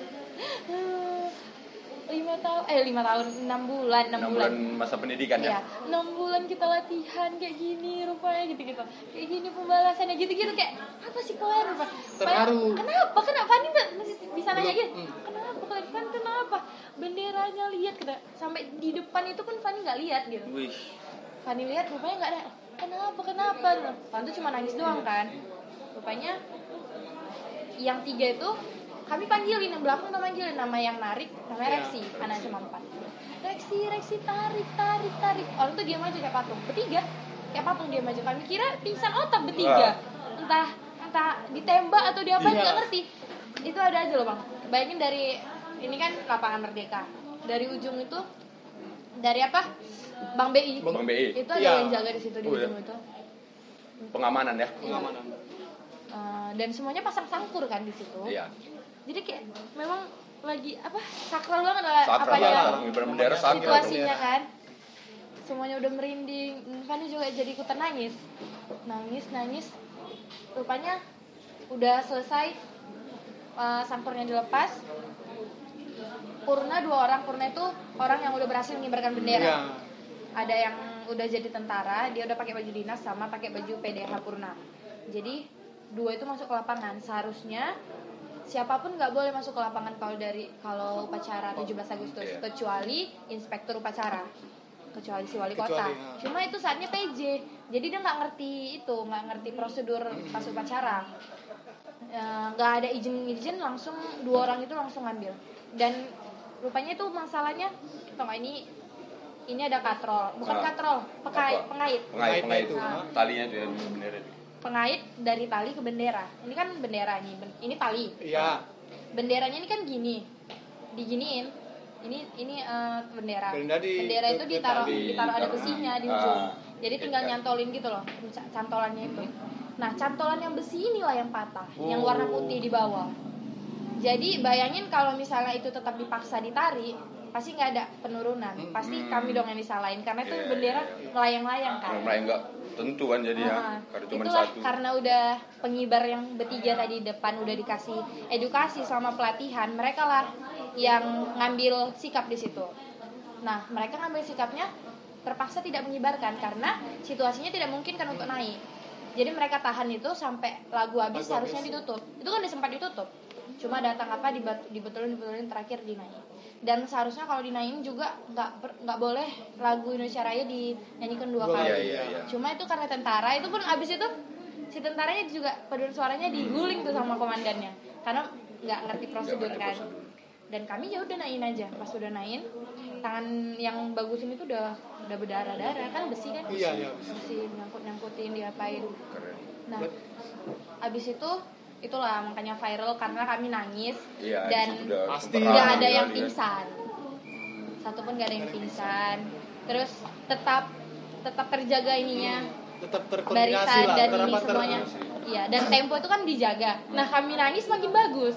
5 tahun 6 bulan masa pendidikan ya. 6 bulan kita latihan kayak gini rupanya gitu kayak gini pembalasannya gitu kayak apa sih kalian rupanya terharu. Kenapa Fani masih bisa nanya gitu kenapa kalian? Fan kenapa? Benderanya lihat kita sampai di depan itu pun Fanny nggak lihat gitu. Wih. Fanny lihat rupanya nggak ada. Kenapa? Fan tuh cuma nangis doang kan. Rupanya yang 3 itu kami panggilin, yang belakang kita panggilin, nama yang narik namanya Reksi, anak SMA 4. Reksi tarik. Orang tuh diam aja kayak patung. Bertiga kayak patung diam aja. Kami kira pingsan otak bertiga. Entah ditembak atau diapain nggak ngerti. Itu ada aja loh bang. Bayangin dari ini kan lapangan Merdeka. Dari ujung itu dari apa? Bang BI. Itu ada yang jaga di situ di ujung itu. Pengamanan ya. Pengamanan. Dan semuanya pasang sangkur kan di situ. Iya. Jadi kayak memang lagi apa sakral banget lah Sakral, bendera sakral situasinya kan. Semuanya udah merinding. Fanny juga jadi ikutan nangis. Rupanya udah selesai, sangkurnya dilepas. Purna 2 orang. Purna itu orang yang udah berhasil mengibarkan bendera. Iya. Ada yang udah jadi tentara, dia udah pakai baju dinas sama pakai baju PDH Purna. Jadi 2 itu masuk ke lapangan. Seharusnya siapapun nggak boleh masuk ke lapangan kalau upacara 17 Agustus kecuali inspektur upacara, kecuali si wali kota. Cuma itu saatnya PJ, jadi dia nggak ngerti prosedur pas upacara. Nggak ada izin langsung 2 orang itu langsung ngambil. Dan rupanya itu masalahnya, ini ada katrol, bukan katrol, pengait. Talinya itu yang bendera. Pengait dari tali ke bendera. Ini kan bendera ini tali. Iya. Benderanya ini kan diginiin. Ini bendera. Bendera itu ditaruh ada besinya di ujung. Jadi tinggal nyantolin gitu loh, cantolannya itu. Nah, cantolan yang besi inilah yang patah, yang warna putih di bawah. Jadi bayangin kalau misalnya itu tetap dipaksa ditarik, pasti nggak ada penurunan. Pasti kami dong yang disalahin karena itu bendera melayang-layang kan. Melayang nggak tentu kan jadi ya. Karena cuma satu. Karena udah pengibar yang bertiga tadi depan udah dikasih edukasi selama pelatihan, mereka lah yang ngambil sikap di situ. Nah, mereka ngambil sikapnya terpaksa tidak mengibarkan karena situasinya tidak mungkin kan untuk naik. Jadi mereka tahan itu sampai lagu habis harusnya ditutup. Itu kan udah sempat ditutup. Cuma datang dibetulin terakhir dinaik. Dan seharusnya kalau dinaikin juga nggak boleh lagu Indonesia Raya dinyanyikan 2 kali. Iya. Cuma itu karena tentara, itu pun abis itu si tentaranya juga paduan suaranya diguling tuh sama komandannya karena nggak ngerti prosedur kan. Dan kami ya udah naikin aja. Pas udah naikin, tangan yang bagusin itu udah berdarah-darah kan, besi kan. Iya. Besi nyangkut-nyangkutin diapain. Keren. Nah, abis itu itulah makanya viral karena kami nangis dan pasti nggak ada yang pingsan, satu pun nggak ada yang pingsan. Terus tetap terjaga ininya, tetap barisan lah, dan ini semuanya. Iya, dan tempo itu kan dijaga. Nah, kami nangis makin bagus.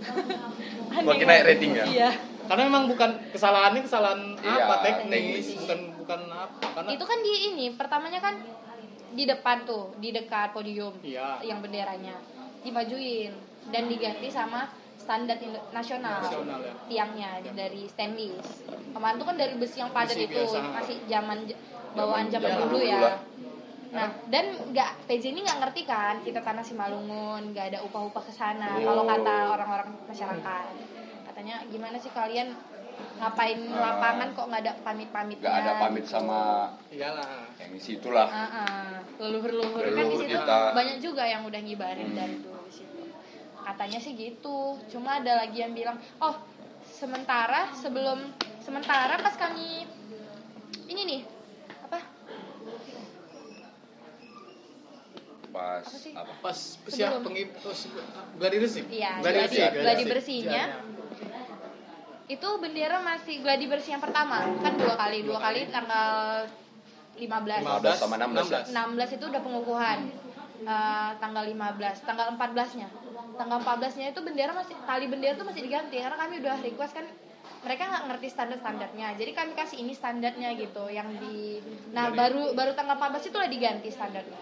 Makin naik rating ya. Iya. Karena memang bukan kesalahan apa teknis, bukan apa. Karena itu kan di ini pertamanya kan di depan tuh, di dekat podium, yang benderanya dimajuin dan diganti sama standar nasional ya. Tiangnya dari stainless. Kemarin tuh kan dari besi yang padat itu masih bawaan zaman dulu ya. Nah, dan PJ ini nggak ngerti kan kita tanah Simalungun, nggak ada upah-upah ke sana. Kalau kata orang-orang masyarakat, katanya gimana sih kalian ngapain lapangan kok nggak ada pamit-pamitnya? Nggak ada pamit gitu. Sama yang di situlah. Leluhur kan di situ banyak juga yang udah ngibarin dari dulu di situ. Katanya sih gitu. Cuma ada lagi yang bilang, sementara pas kami ini nih pas siap gladi bersih. Iya, gladi bersihnya. Itu bendera masih gladi bersih yang pertama kan 2 kali tanggal 15 sama 16 itu udah pengukuhan. Tanggal 15, tanggal 14-nya. Tanggal 14-nya itu tali bendera tuh masih diganti karena kami udah request kan, mereka nggak ngerti standarnya. Jadi kami kasih ini standarnya gitu yang baru tanggal 14 itu lah diganti standarnya.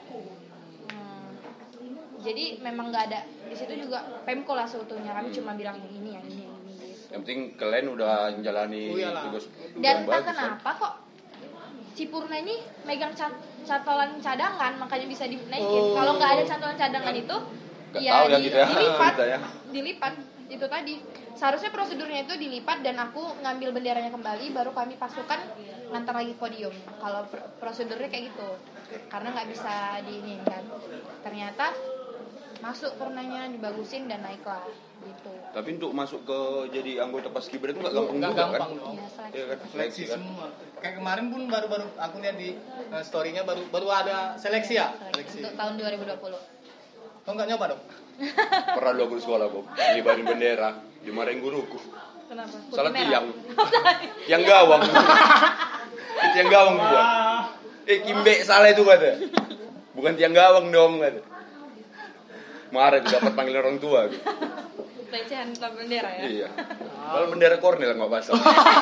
Jadi memang nggak ada di situ juga Pemko lah seutuhnya, kami cuma bilang yang ini gitu. Yang penting kalian udah menjalani tugas. Dan entah kenapa kok si Purna ini megang cantolan cadangan makanya bisa dinaikin. Kalau nggak ada cantolan cadangan itu dilipat itu tadi seharusnya prosedurnya itu dilipat dan aku ngambil benderanya kembali baru kami pasukan ngantar lagi podium. Kalau prosedurnya kayak gitu karena nggak bisa diinin kan. Ternyata masuk purnanya dibagusin dan naiklah gitu. Tapi untuk masuk ke jadi anggota Paskibra itu nggak gampang Nggak juga gampang kan? dong. Iya, seleksi. Iya kan, Seleksi kan. semua. Kayak kemarin pun baru aku lihat di story-nya baru ada seleksi ya. Seleksi. Untuk tahun 2020. Kau nggak nyoba dong? Pernah dulu aku di sekolah, Bob. Ngibarin bendera, dimarahin guruku. Kenapa? Putih Salah merah. tiang gawang. Itu tiang gawang buat. Kimbe salah itu kata. Bukan tiang gawang dong kata. Marah tuh dapat panggil orang tua gitu. Pelecehan bendera ya. Iya. Kalau bendera Kornel nggak basah.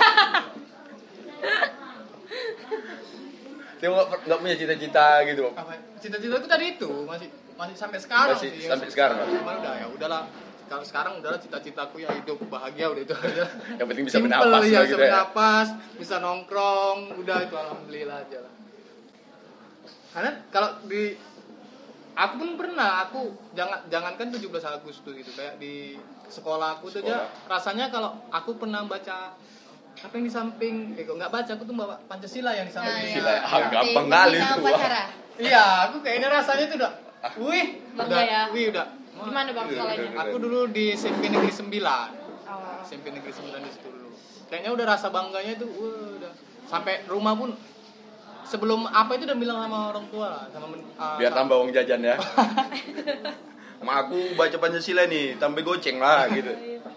Dia nggak punya cita-cita gitu. Apa? Cita-cita itu tadi itu masih sampai sekarang Masih sih. sampai sekarang. Cuman udah ya udahlah. Kalau sekarang udahlah cita-citaku ya hidup bahagia udah itu aja. Yang penting bisa Simple, bernapas ya, lah bisa gitu ya. bernapas, bisa nongkrong, udah itu alhamdulillah aja lah. Karena kalau di aku pun pernah, jangankan 17 Agustus gitu kayak di sekolah aku tuh aja rasanya kalau aku pernah baca apa yang di samping kok nggak baca aku tuh bawa Pancasila yang di samping. Pancasila ya. Iya. Gampang kali Pembina itu. upacara. Iya, aku kayaknya rasanya tuh udah wih, Bangga udah, ya. wih udah. Di mana Bang sekolahnya? Aku dulu di SMP Negeri 9. Oh. SMP Negeri 9 di situ dulu. Kayaknya udah rasa bangganya itu udah sampai rumah pun sebelum apa itu udah bilang sama orang tua lah, sama Biar tambah uang jajan ya. Ma aku baca Pancasila nih, tambah goceng lah gitu.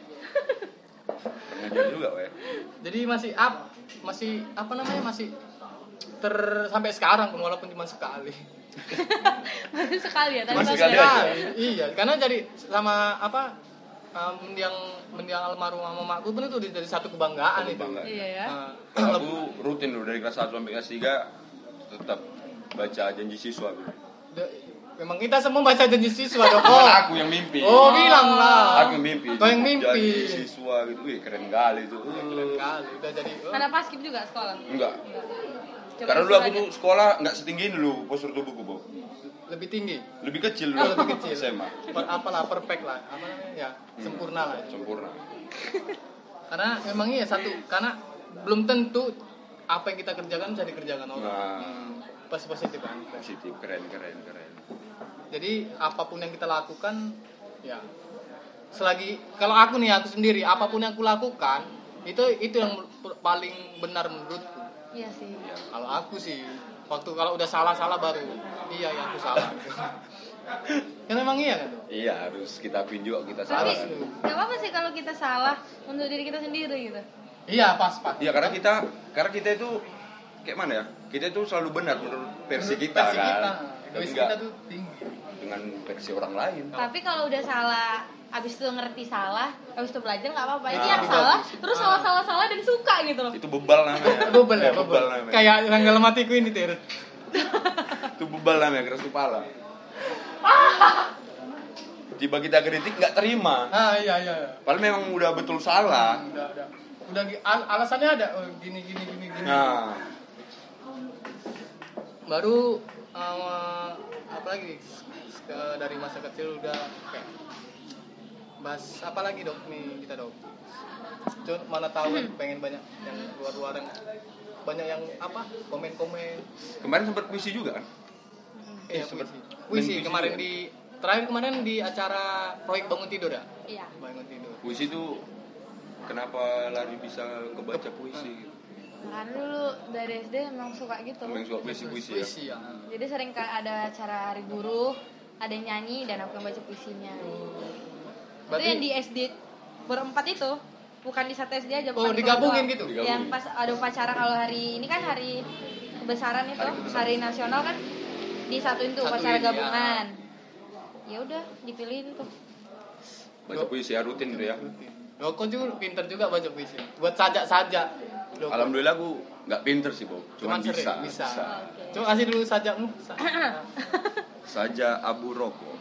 Pernah jadi juga, weh. Jadi masih apa namanya masih sampai sekarang pun walaupun cuma sekali. Baru sekali ya tadi Masih pas sekali ya. aja. Iya, karena jadi sama apa mendiang almarhum sama makku pun itu dari satu kebanggaan itu. Kebanggaan. Iya ya. Aku rutin loh dari kelas 1 sampai kelas 3 tetap baca janji siswa. Memang kita semua baca janji siswa dong. Bukan aku yang mimpi. Oh, bilang lah. Aku yang mimpi. Kau yang mimpi. Janji siswa gitu. Wih, keren kali itu. Keren kali udah jadi. Karena paskib juga sekolah. Enggak. Coba Karena dulu aku aja. tuh sekolah enggak setinggi ini dulu postur tubuhku, Bob. Lebih tinggi. Lebih kecil dulu. Lebih kecil. SMA. Apalah perfect lah. Apa namanya? Ya, sempurna lah. Sempurna. Karena memang iya karena belum tentu apa yang kita kerjakan bisa dikerjakan orang. Nah. Positif kan. Positif, keren. Jadi apapun yang kita lakukan ya selagi kalau aku sendiri apapun yang aku lakukan itu yang paling benar menurutku. Iya sih. Iya. Kalau aku sih waktu kalau udah salah baru iya ya aku salah. Kan memang iya kan? Iya, harus kita akuin juga kita Tapi salah kan. nggak apa-apa sih kalau kita salah untuk diri kita sendiri gitu. Iya pas. Iya, karena kita itu kayak mana ya? Kita itu selalu benar menurut versi kita Versi kan. kita. Dan Egois enggak kita tuh tinggi. dengan versi orang lain. Tapi kalau udah salah, abis itu ngerti salah, abis itu belajar nggak apa-apa. Ini Nah, yang bagus. salah, terus salah dan suka gitu loh. Itu bebal namanya. Bebel ya, Bebal bebel. namanya. Kayak yang dalam hatiku ini Tir. Itu bebal namanya, keras kepala. Tiba kita kritik nggak terima. Ah iya. Padahal memang udah betul salah. Udah alasannya ada gini. Nah, Baru apa lagi dari masa kecil udah kayak bahas apa lagi dok nih kita dok. Cuma mana tahu kan pengen banyak yang luar-luaran, banyak yang apa komen. kemarin sempat puisi juga kan? Iya sempet puisi main kemarin puisi terakhir kemarin di acara proyek bangun tidur ya. Iya. Bangun tidur. Puisi itu kenapa lari bisa kebaca puisi? Karena dulu dari SD emang suka gitu. Emang suka puisi ya? Puisi ya. Jadi sering ada acara hari buruh, ada yang nyanyi dan aku yang baca puisinya. Itu yang di SD berempat itu, bukan di satu SD aja. Oh bukan di digabungin kelas gitu. dua. Yang pas ada upacara kalau hari ini kan hari kebesaran itu, hari nasional kan disatuin tuh upacara Satuin, ya. gabungan. Ya udah dipilihin tuh. Baca puisi ya rutin tuh ya. Kok juga pinter juga baca puisi. Buat sajak. Alhamdulillah aku nggak pinter sih, Bob. Cuman sering, bisa. bisa. Oke. Coba kasih dulu sajakmu. Saja abu rokok.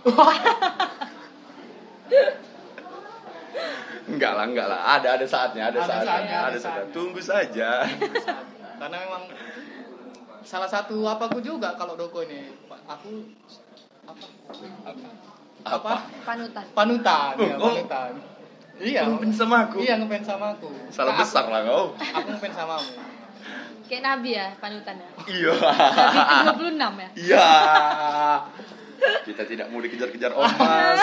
Enggak lah. Ada saatnya. Ada saatnya. Tunggu saja. Karena memang salah satu apaku juga kalau doko ini. Aku apa? Apa? Panutan. Panutan, ya, Oh. panutan. Iya. Ngefans sama aku. Iya, ngefans sama aku. Salah Nah, besar lah kau. Aku ngefans sama kamu. Kayak Nabi ya panutannya. Iya. Nabi ke-26 ya. Iya. Kita tidak mau dikejar-kejar ormas.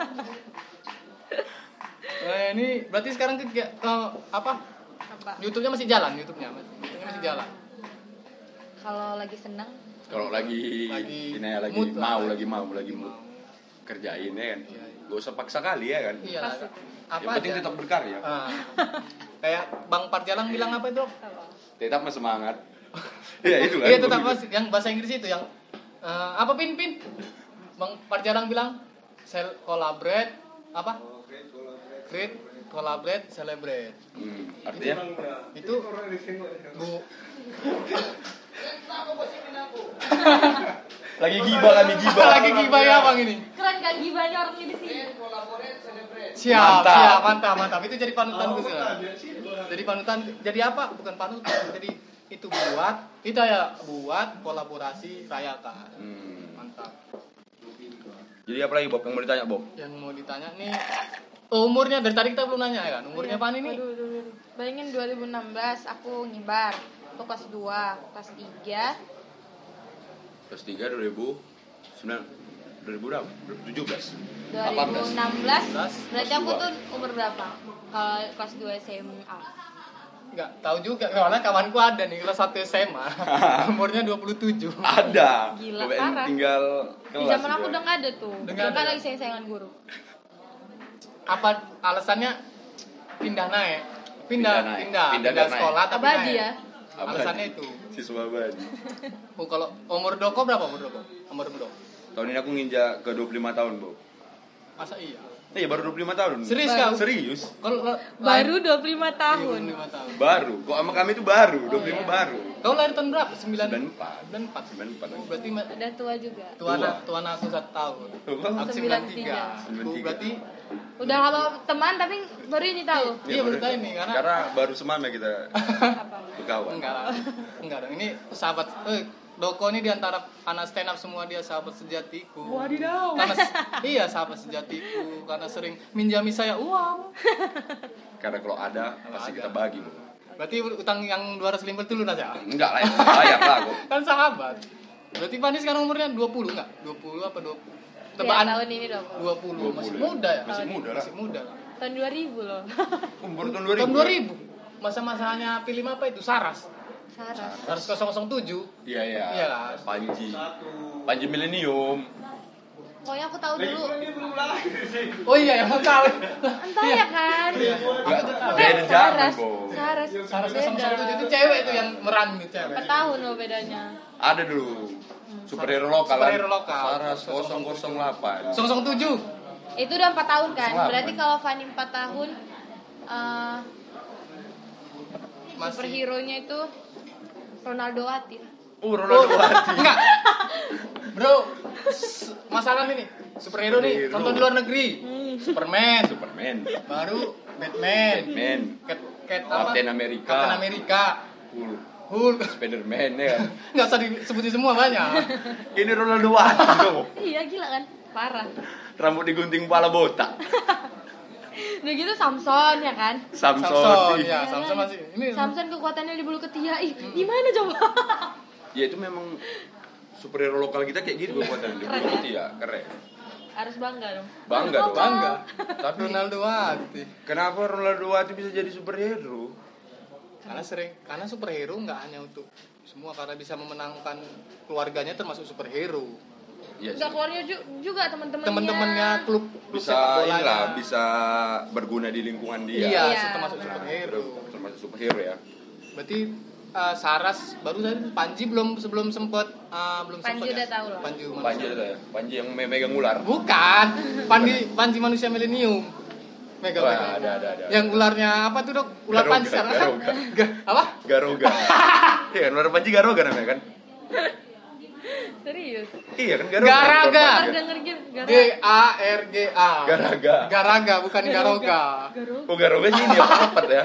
Ini berarti sekarang ke apa? Apa? YouTube-nya masih jalan, YouTube-nya masih jalan. Kalau lagi senang Kalau lagi ini ya, lagi mood lah. lagi mood kerjain ya kan. Iya. Gak usah paksa kali ya kan. Iya. Pas Lah. itu. Apa Yang penting aja? tetap berkarya. Ah. Kayak Bang Parjalang bilang apa itu? Tetap semangat. Iya itu kan. Iya, tetap yang bahasa Inggris itu yang apa Pin? Bang Parjalang bilang collaborate apa? Create, collaborate, celebrate. Artinya Itu Bu lagi gibah kami gibah. lagi gibah ya Bang ini. keren kan gibahnya orangnya di sini. Siap, mantap. Itu jadi panutan gue sekarang. Jadi panutan, jadi apa? Bukan panutan, jadi itu kita ya buat kolaborasi rayakan. Mantap. Jadi apa lagi Bob yang mau ditanya Bob? Yang mau ditanya nih umurnya dari tadi kita belum nanya ya kan? Umurnya Iya. apaan ini? Waduh. Bayangin 2016 aku ngibar. Aku kelas 2, kelas 3. Kelas 3 2009 2000 berapa? 2017. 2016 berarti aku Kelas tuh umur berapa? Kalau kelas 2 SMA. Enggak tahu juga, karena kawanku ada nih kelas 1 SMA. Umurnya 27. Ada. Gila, Coba parah. tinggal Di kelas. zaman aku juga. udah nggak ada tuh. Udah Udah nggak nggak ada. lagi sayang-sayangan guru. Apa alasannya pindah naik? Pindah naik. Sekolah tapi Abadi naik. ya. Abadi. Alasannya itu. Siswa abadi. Kalau umur Doko berapa umur Doko? Umur Doko. Tahun ini aku nginjak ke 25 tahun, Bob. Masa iya? Iya, baru 25 tahun. Serius Baru. kau? Serius? Kalau Baru 25 tahun. 5 tahun. Baru. Kok sama kami itu baru, 25 iya. baru. Kau lahir tahun berapa? 94. 94. 94. Oh, berarti Udah tua juga. tuan aku 1 tahun. Apa? Aku 93. 93. Aku berarti Udah lama teman tapi baru ini tahu. Iya, baru tahu ini, karena baru semame kita Apa? berkawan. enggak dong. Ini sahabat Doko ini diantara anak stand up semua dia sahabat sejatiku. Wadidaw. Karena iya sahabat sejatiku karena sering minjami saya uang. Karena kalau ada pasti ada. kita bagi, Bob. Berarti utang yang 250 itu lunas ya? Enggak lah, ya. Bayar lah kok. Kan sahabat. Berarti Fani sekarang umurnya 20 enggak? 20 apa 20? Ya, Tebaan tahun ini 20. Masih 20 ya? muda ya? Masih muda lah. Masih muda lah. Tahun 2000 loh. Umur tahun 2000. Tahun 2000. Masa-masanya pilih apa itu? Saras. Saras. Saras 007. Iya, iya. Iya kan? Panji Millennium. Pokoknya aku tahu dulu. Oh iya, yang tahu. Entah ya kan. Enggak, beda zaman, Saras. Bob. Saras. Saras Beda. 007 itu cewek itu yang merang nih cewek. Per tahun loh bedanya. Ada dulu. Superhero lokal. Superhero lokal. Saras 008. 007. Itu udah 4 tahun kan? Selamat. Berarti kalau Fanny 4 tahun Masih superhero-nya itu Ronaldo Atin. Ronaldo Wati. enggak. Bro, masalah ini superhero nih, Superhero. contoh di luar negeri. Superman, Superman. baru Batman, Batman. Cat apa? Captain America. Captain America, Hulk. Hulk. Spiderman ya kan. Enggak usah disebutin semua banyak. Ini Ronaldo Wati dong. Iya gila kan? Parah. Rambut digunting kepala botak. Udah gitu Samson ya kan? Samson. ya, Samson masih. Ini Samson kekuatannya di bulu ketiak. Ih, gimana coba? Ya itu memang superhero lokal kita kayak gitu kekuatan. Keren. Iya, keren. Harus bangga dong. Bangga dong. bangga. Tapi Ronaldo Wati. kenapa Ronaldo Wati bisa jadi superhero? Karena superhero nggak hanya untuk semua, karena bisa memenangkan keluarganya termasuk superhero. Iya Enggak sih. keluarnya juga teman-temannya. Teman-temannya klub Bisa sepak bolanya. inilah, bisa berguna di lingkungan dia. Iya, Iya, termasuk benar. superhero. Termasuk superhero ya. Berarti Saras baru saya Panji belum sempat Panji ya? udah tahu lah. Panji Panji manusia. itu ya. Panji yang megang ular. Bukan. Panji manusia milenium. Mega. Wah, ada. Yang ularnya apa tuh, Dok? Ular Garoga, pancar. Garoga. Apa? Garoga. Iya kan, ular Panji Garoga namanya kan? Serius. Iya kan Garoga. Garaga. Baru denger gitu. G-A-R-G-A. Garaga. Garaga bukan Garoga. Oh Garoga sih dia apa ya?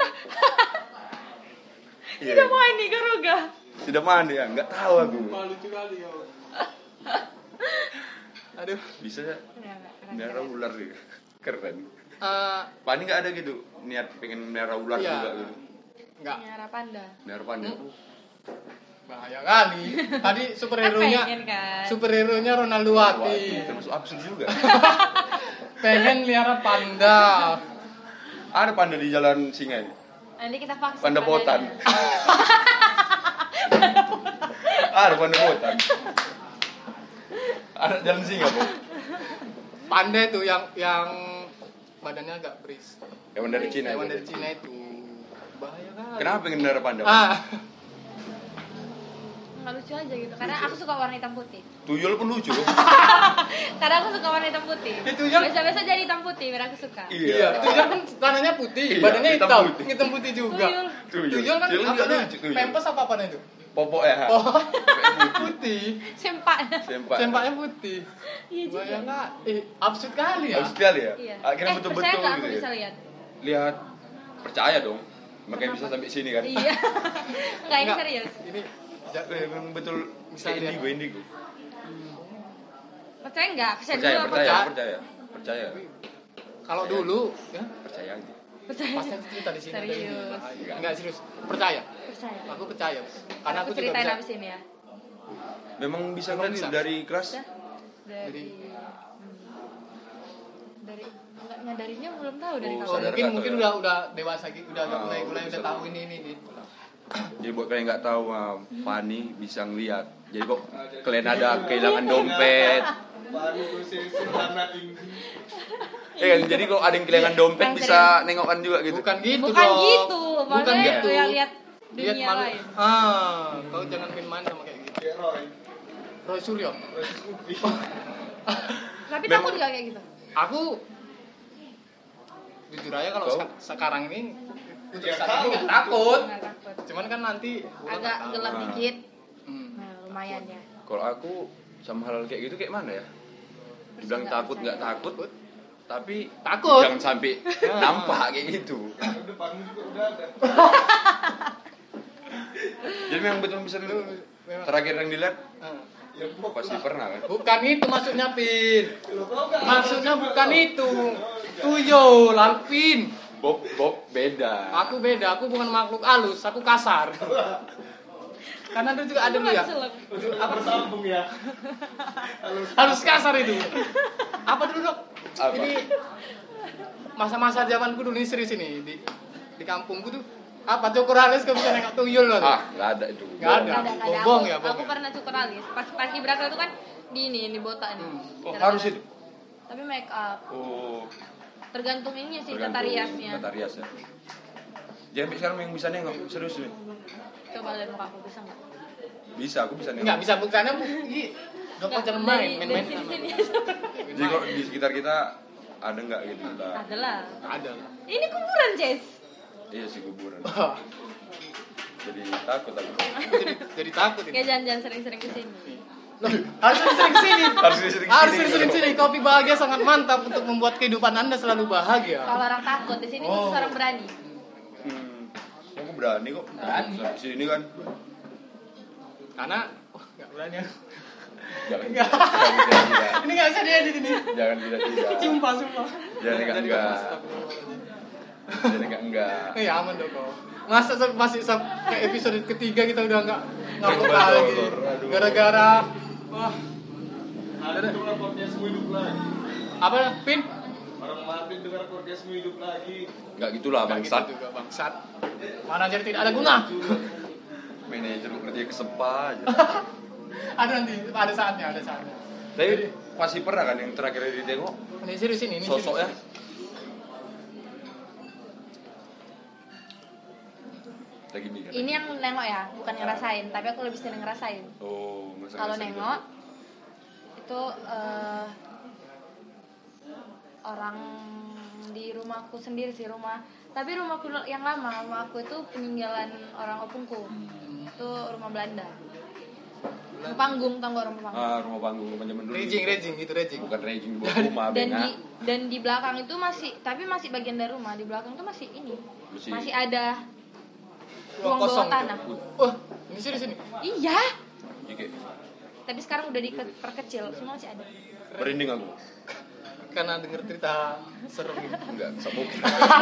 Iya. Tidak main nih Garoga. Tidak mandi ya, nggak tahu aku. Lucu kali ya. Aduh. Bisa ya? Ya, enggak, keren. Darah ular ya. Keren. Pani nggak ada gitu niat pengen melihara ular Iya. juga gitu. Enggak. Nyara panda. Melihara panda. Bahaya kali. Tadi Kan superhero-nya pengen kan. superhero-nya Ronaldo Wah, Wati. termasuk absurd juga. Pengen liara panda. Ada panda di jalan Singa ini. Nanti kita vaksin. Panda potan. pandanya. Ada panda potan. Ada jalan Singa, Bu. Panda itu yang badannya agak beris. Hewan dari Cina. Hewan itu. dari Cina itu. Bahaya kali. Kenapa pengen melihara panda? Nggak lucu aja gitu. Karena aku suka warna hitam putih. Tuyul pun lucu. Karena aku suka warna hitam putih. Itu yang- Biasa-biasa jadi hitam putih, biar aku suka. Iya, tuyul kan tanahnya putih, Iya, badannya hitam hitam, putih. hitam putih juga. Tuyul. Tuyul kan Tuyul juga apanya? lucu, tuyul. Pempes apa apanya itu? Popok ya. Oh, putih. Sempak. Sempak. Sempaknya putih. Iya juga. Bayang nggak? Absurd kali ya. Harus sekali ya. Iya. Akhirnya percaya betul-betul nggak gitu aku bisa ya. lihat? Lihat, percaya dong. Makanya bisa sampai sini kan. Iya. Enggak, ini Nggak, serius. Ini Memang betul Bisa kayak lihat. indigo. Percaya nggak? Percaya Percaya, dulu apa? percaya. kalau dulu ya Percaya aja. Percaya. pasti aku cerita di sini ada ini. Serius. Bahaya. Enggak serius. Percaya. Percaya. Aku percaya. Karena aku juga ceritain bisa. abis ini ya. Memang bisa Memang kan bisa. dari kelas. Udah? Dari dari enggak nyadarinya belum tahu dari Oh, kapan. Oh, sadar mungkin atau mungkin ya? udah dewasa gitu, udah Ah, mulai udah udah bisa. tahu ini nih. Jadi buat kalian nggak tahu, Fani bisa ngelihat. Jadi kok kalian ada kehilangan dompet. Kan, jadi kok ada yang kehilangan dompet Yang bisa nengokan juga gitu. Bukan gitu Bukan dong. gitu, Bukan maksudnya gitu. ya lihat dunia Lihat malu. lain. Kau jangan main-main sama kayak gitu. Roy Suryo. Tapi Memang- takut nggak kayak gitu? Aku jujur aja kalau Kau? sekarang ini untuk saat ini nggak takut. Nggak takut. Cuman kan nanti orang Agak nggak tahu. gelap Ah. dikit. Hmm. Nah, lumayan ya. Kalau aku sama hal kayak gitu kayak mana ya? Dibilang Nggak takut percaya. nggak takut, tapi Takut. jangan sampai nampak kayak gitu. Jadi memang betul bisa dulu. Memang. Terakhir yang dilihat Ah. pasti pernah kan? Bukan itu maksudnya, Pin. Maksudnya bukan itu. Tuyul, Alvin. Bob beda. Aku beda, aku bukan makhluk halus, aku kasar. Karena itu juga ada Aku dulu ya. nggak selek. Apa Bersambung ya. halus kasar itu? Apa dulu, Dok? Apa? Ini masa-masa zamanku dulu ini serius ini di kampungku tuh apa cukur halus kau bisa nengok tuyul loh. Nggak ada itu. Nggak ada. Nggak ada. Bohong Aku, ya, bohong aku ya? pernah cukur alis. Pas Ibraka itu kan di ini botak nih. Oh, Cara-cara. harus itu. Tapi make up. Oh, Tergantung ininya sih, tergantung tata riasnya. tata rias ya. Jadi sekarang yang bisa nengok serius nih. Coba lihat muka aku bisa nggak? Bisa, aku bisa Enggak nengok. bisa bukannya Dok kau jangan main dari sama sini aku. sini. Jadi kok di sekitar kita ada nggak gitu lah? Adalah. Ada lah. Ini kuburan, Jess. Iya sih kuburan. Wah, Jadi takut aku. jadi takut ini. Kayak jangan sering-sering kesini. Loh, harus sering sini. Harus sering-sering Harus kesini. sering sini. Kopi bahagia sangat mantap untuk membuat kehidupan Anda selalu bahagia. Kalau orang takut di sini Oh. khusus orang berani. Aku berani kok. Berani. Sampai sini kan. Karena enggak berani. Jangan Enggak. tidak. Ini enggak bisa diedit ini. Jangan tidak. Sumpah. Jangan enggak. Jadi enggak. Ya aman dong kok. Masa masih kayak episode ketiga kita udah enggak ngupload Betul, lagi. aduh. Gara-gara wah, Ada dengar podcastmu hidup lagi. apa Pin? Orang mati dengar podcastmu hidup lagi. Enggak gitulah Nggak bangsat. gitu juga bangsat. Mana jadi tidak ada guna. Manajer kerja kesepa aja. Ada nanti, ada saatnya. Tapi pasti pernah kan yang terakhir ditengok Ini serius ini sosoknya. serius. Lagi nih kan. Ini yang nengok ya, bukan ngerasain. Tapi aku lebih sering ngerasain. Oh, masa Kalau masa nengok itu orang di rumahku sendiri sih tapi rumahku yang lama, rumahku itu peninggalan orang opungku. Itu rumah Belanda. Rumah panggung, tau gak rumah panggung? rumah panggung zaman dulu. Raging gitu raging. Bukan raging di bawah rumah, bengak. Dan di belakang itu masih bagian dari rumah, di belakang itu masih ini. Masih- Masih ada Ruang ruang kosong bawah tanah. gitu. Wah, ini serius ini. Iya. Jika Tapi sekarang udah diperkecil, semua masih ada. merinding aku. karena denger cerita serem gitu. Enggak, mungkin.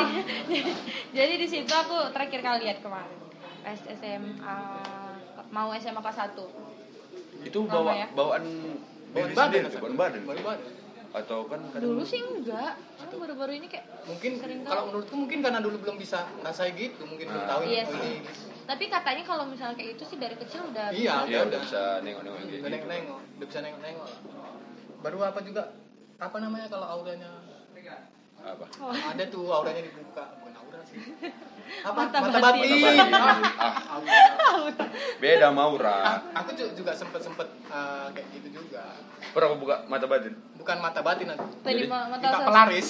Jadi di situ aku terakhir kali lihat kemarin. Pas SMA mau SMA kelas 1. Itu Lama ya? bawaan Bawaan diri badan, sendiri, Mas. bawaan badan. Bawaan badan. Atau kan Dulu sih enggak. Aku baru-baru ini kayak Mungkin sering kalau tahu. menurutku mungkin karena dulu belum bisa ngerasain gitu, mungkin belum tahu Iya oh, sih. ini. Tapi katanya kalau misalnya kayak itu sih dari kecil udah Iya, ya udah. udah bisa nengok-nengok kayak Udah gitu. nengok-nengok, udah bisa nengok-nengok. Baru apa juga? Apa namanya kalau auranya? Apa? Ada tuh auranya dibuka, bukan aura sih. Apa? Mata Mata batin. batin. Mata batin. Ah, Ah, beda Maura. aku juga sempet kayak gitu juga. Pernah aku buka mata batin. Bukan mata batin nanti. tadi Jadi, mata Kita sas- pelaris.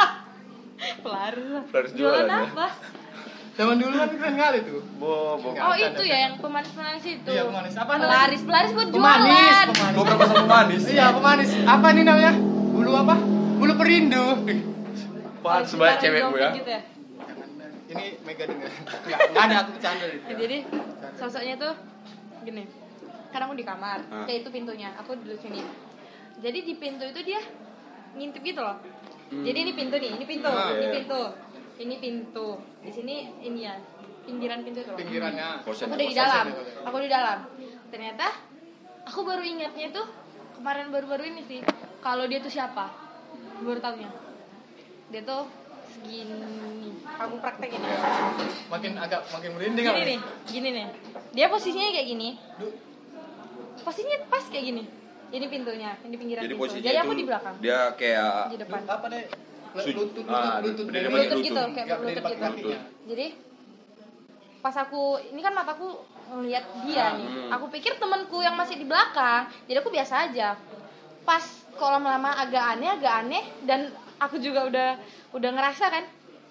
pelaris lah. Pelaris Jualan jualan, ya. apa? Zaman dulu kan keren kali tuh. Bobo. Enggak. Oh ada, itu ada. ya yang pemanis-pemanis itu. Iya, pemanis. Apa namanya? Pelaris, pelaris buat Pemanis, jualan. pemanis. Gua pernah pasang manis. Iya, pemanis. Apa nih namanya? Bulu apa? Bulu perindu. Apaan sebanyak Jualan cewekmu ya? gitu ya. Jangan. Ini Mega dengar. Enggak ada, aku bercanda itu. Nah, jadi sosoknya tuh gini. Karena aku di kamar, Ah. kayak itu pintunya. Aku duduk sini. Jadi di pintu itu dia ngintip gitu loh. Jadi ini pintu nih, ini pintu, Ah, ini iya. pintu. Ini pintu. Di sini ini ya, pinggiran pintu itu loh. Pinggirannya. Kosen. Aku di Kosen dalam. ya, kosen. Aku di dalam. Ternyata aku baru ingatnya tuh kemarin baru-baru ini sih. Kalau dia tuh siapa? Baru tahunya. Dia tuh segini. Aku praktekin ya. Makin merinding Gini apa? nih, gini nih. Dia posisinya kayak gini. Duh, Posisinya pas kayak gini. Ini pintunya, ini pinggiran Jadi pintu. posisinya Jadi aku itu di belakang, dia kayak di depan. apa deh? Lutut, berdiri dari- pakai Lutut gitu, lutut. kayak Nggak berdiri berlutut pakai gitu. kakinya. Jadi pas aku, ini kan mataku ngeliat dia nih. Aku pikir temanku yang masih di belakang. Jadi aku biasa aja. Pas kalau lama-lama agak aneh dan aku juga udah ngerasa kan.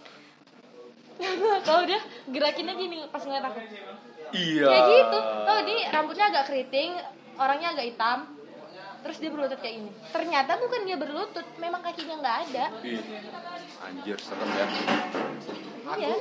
Kalau dia gerakinnya gini pas ngeliat aku. Iya. Kayak gitu. Tahu dia rambutnya agak keriting, orangnya agak hitam. Terus dia berlutut kayak gini. Ternyata bukan dia berlutut, memang kakinya nggak ada. Ih, anjir serem ya. Aku, Iya.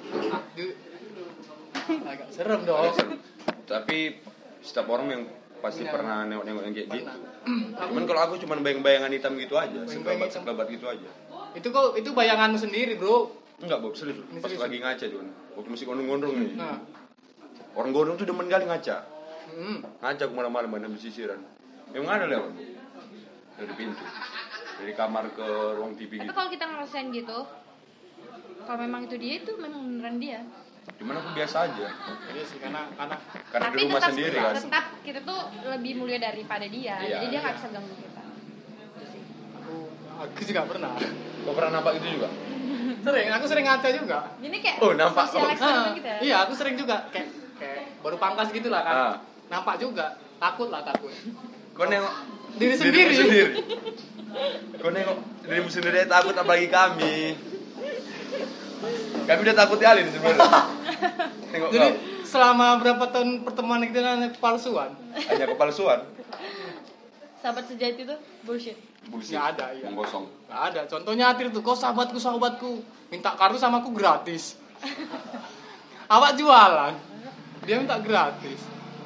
agak serem dong. Tapi setiap orang yang pasti Iya. pernah nengok-nengok yang kayak gitu. Pernah. Cuman kalau aku cuman bayang-bayangan hitam gitu aja, Bayang-bayang hitam. sekelebat gitu aja. Itu bayanganmu sendiri, Bro. Enggak, Bob, serius. Ini Pas serius. lagi ngaca cuman. Waktu masih gondrong-gondrong nih. Nah. Orang gondrong tuh demen kali ngaca. Ngaca aku malam-malam ambil sisiran. Emang ada lewat dari pintu, dari kamar ke ruang TV Itu gitu. kalau kita ngerasain gitu, kalau memang itu dia, itu memang beneran dia. Cuman aku biasa aja, Iya sih, karena karena di rumah sendiri kan. tetap kita tuh lebih mulia daripada dia. Iya, Jadi dia nggak iya. bisa ganggu kita. Itu sih. aku juga pernah. Kau pernah nampak itu juga? Aku sering ngaca juga. Jadi kayak Oh, nampak. sosial eksperimen Ah, gitu ya. iya, aku sering juga kayak baru pangkas gitu lah kan. Ah. Nampak juga, takut. Kau nengok Diri dirimu sendiri. Kau nengok dirimu sendiri takut apalagi kami. Kami udah takut kali sebenarnya. Tengok Jadi kau, selama berapa tahun pertemuan itu hanya palsuan? hanya kepalsuan. Sahabat sejati tuh bullshit. Bullshit. Nggak ada, iya. Menggosong. Gak ada. Contohnya Atir tuh, kau sahabatku minta kartu sama aku gratis. Awak jualan, dia minta gratis.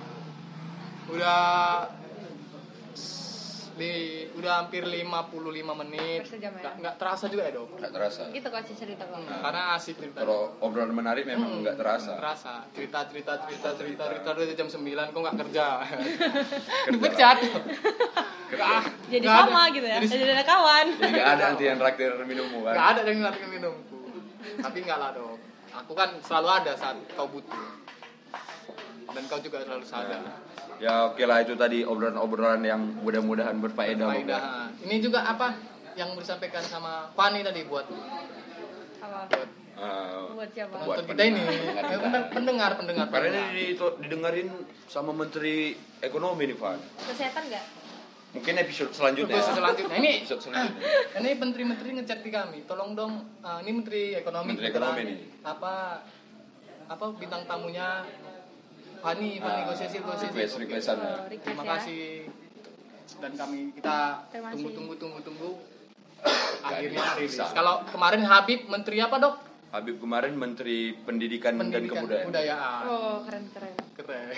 Udah hampir 55 menit. Bersejam ya? Nggak terasa juga ya, Dok? Nggak terasa. Gitu kok cerita kok. Karena asik cerita. Kalau obrolan menarik memang nggak terasa. Terasa. Cerita udah jam 9 kok nggak kerja. Kerja Dipecat. Ah, Jadi nggak sama ada. gitu ya. Jadi Jadi ada kawan. Jadi nggak ada nanti yang traktir minummu kan. nggak ada yang ngeliatin minumku. Tapi nggak lah, Dok. Aku kan selalu ada saat kau butuh. Dan kau juga selalu sadar. Ya oke lah, itu tadi obrolan-obrolan yang mudah-mudahan berfaedah. Faedah. Ini juga apa yang disampaikan sama Fani tadi buat Apa? Buat siapa? Buat penonton kita ini. pendengar. Pendengar. Karena ini didengarin sama Menteri Ekonomi nih, Van. Kesehatan nggak? Mungkin episode selanjutnya. Episode selanjutnya. Ini Episode selanjutnya. ini menteri-menteri ngechat di kami. Tolong dong, ini Menteri Ekonomi. Menteri kita. Ekonomi nih. Apa bintang tamunya Fani negosiasi. Request-requestan ya. Request Terima ya. kasih. Dan kita Terima kasih. tunggu. Akhirnya rilis. bisa. Kalau kemarin Habib Menteri apa, Dok? Habib kemarin Menteri Pendidikan, dan Kebudayaan. Oh, keren. Keren.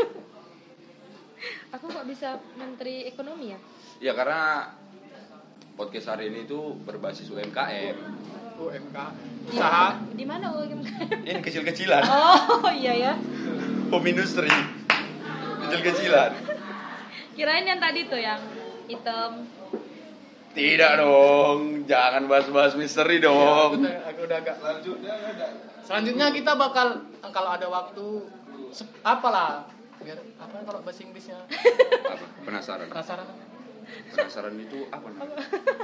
Aku kok bisa menteri ekonomi ya? Ya karena podcast hari ini itu berbasis UMKM. UMK Di- usaha di mana UMKM? Ini kecil-kecilan. Oh iya ya. Home industry. Kecil-kecilan. Kirain yang tadi tuh yang hitam. Tidak dong, jangan bahas-bahas misteri Ya, dong. aku udah agak. Selanjutnya ada. Selanjutnya kita bakal kalau ada waktu apalah biar apa kalau bahasa Inggrisnya Apa? Penasaran. penasaran Penasaran itu apa namanya?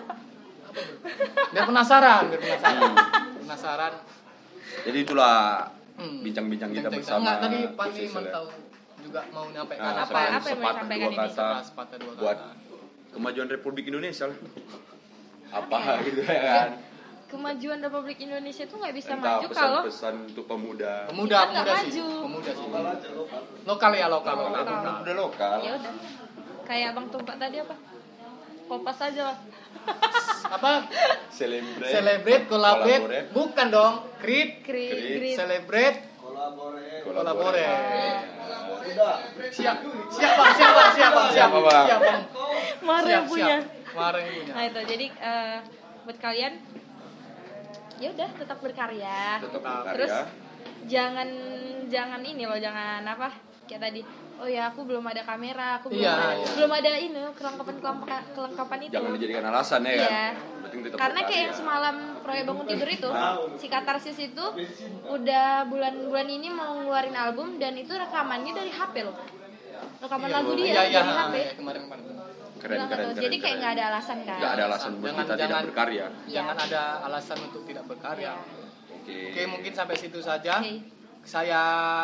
biar penasaran Jadi itulah Hmm. bincang-bincang kita Bincang-bincang. bersama. Enggak, tadi Pak khusus Iman ya. tahu juga mau nyampaikan Nah, Apa yang mau sepatah disampaikan dua ini? kata sepatah dua buat kata. kemajuan Republik Indonesia lah. Apa gitu ya kan? Kemajuan Republik Indonesia itu nggak bisa Entah maju kalau pesan-pesan untuk pemuda. Pemuda Kita nggak sih maju. pemuda sih Lokal aja, lokal. lokal ya lokal Pemuda lokal. ya udah. Kayak Bang Tumpak tadi apa? Kopas aja lah. apa Celebrate, collaborate bukan dong create Grid. celebrate Kolabore. collaborate Udah. siap Bang. Mara yang punya. Mara yang punya Nah itu jadi buat kalian ya udah tetap berkarya. tetap Terus, berkarya. Terus jangan ini loh, jangan apa kayak tadi. Oh ya aku belum ada kamera, aku belum Iya, ada, iya. belum ada ini kelengkapan itu. Jangan dijadikan alasan ya kan. Iya. Penting tetap Karena kayak berkarya. yang semalam Proyek Bangun Tidur itu, si Katarsis itu udah bulan ini mau ngeluarin album dan itu rekamannya dari HP loh. Rekaman lagu dia iya dari HP. kemarin Keren. Jadi kayak nggak ada alasan kan. Nggak ada alasan buat kita tidak berkarya. jangan ada alasan untuk tidak berkarya Oke. Oke, mungkin sampai situ saja. Oke. Saya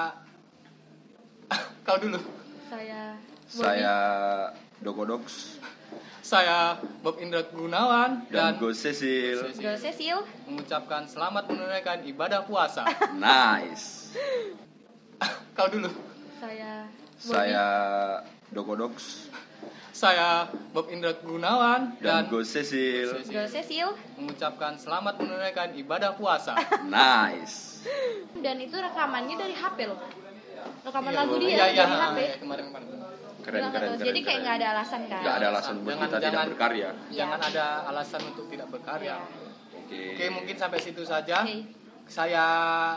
kau dulu. Saya Dogodox Saya Bob Indra Gunawan dan dan Go Cecil. Go Cecil. mengucapkan selamat menunaikan ibadah puasa. Nice. Kau dulu. Saya Dogodox Saya Bob Indra Gunawan dan dan Go Cecil. Go Cecil. mengucapkan selamat menunaikan ibadah puasa. Nice. Dan itu rekamannya dari HP loh. Rekaman lagu dia Iya, dari HP. kemarin. Keren. Jadi kayak nggak ada alasan kan. Nggak ada alasan buat kita tidak berkarya. Jangan ada alasan untuk tidak berkarya. Oke. Oke, mungkin sampai situ saja. Oke. Saya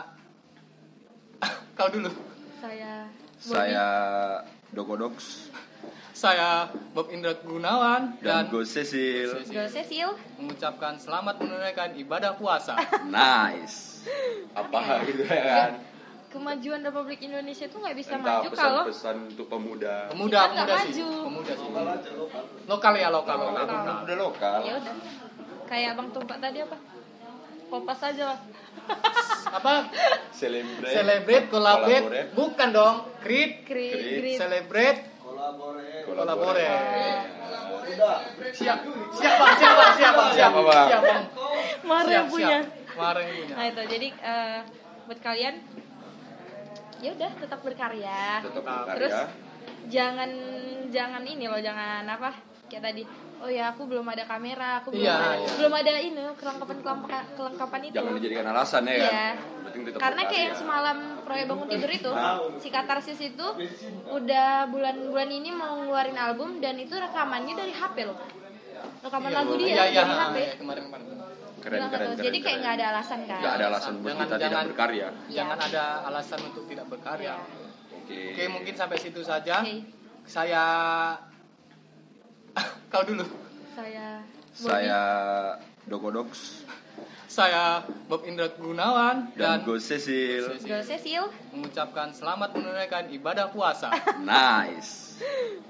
kau dulu. Saya Dogodox Saya Bob Indra Gunawan dan dan Go Cecil. Go Cecil. mengucapkan selamat menunaikan ibadah puasa. Nice. Apa gitu ya kan? Kemajuan Republik Indonesia itu nggak bisa Entah maju kalau pesan-pesan untuk pemuda. Pemuda Kita nggak sih. maju. Pemuda sih. Lokal aja, lokal. Lokal ya lokal. Pemuda lokal. ya udah. Kayak Bang Tumpak tadi apa? Kopas aja lah. Apa? Celebrate, Celebrate, collaborate bukan dong create Grid. celebrate Kolabore. collaborate. Udah. Siap Bang. Mara yang punya. Mara yang punya. Nah itu jadi buat kalian ya udah tetap berkarya. Tetap Terus berkarya. jangan ini loh, jangan apa kayak tadi. Oh ya aku belum ada kamera, aku Iya. belum ada ini kelengkapan itu. Jangan dijadikan alasan ya kan. Iya. Penting tetap Karena kayak berkarya. yang semalam Proyek Bangun Tidur itu, si Katarsis itu udah bulan ini mau ngeluarin album dan itu rekamannya dari HP loh. Rekaman lagu dia Iya, dari HP. kemarin. Keren. Jadi kayak nggak ada alasan kan. Nggak ada alasan buat kita tidak berkarya. Jangan ada alasan untuk tidak berkarya. Oke. Oke, mungkin sampai situ saja. Oke. Saya kau dulu. Saya Dogodox Saya Bob Indra Gunawan dan dan Go Cecil. Go Cecil. mengucapkan selamat menunaikan ibadah puasa. Nice.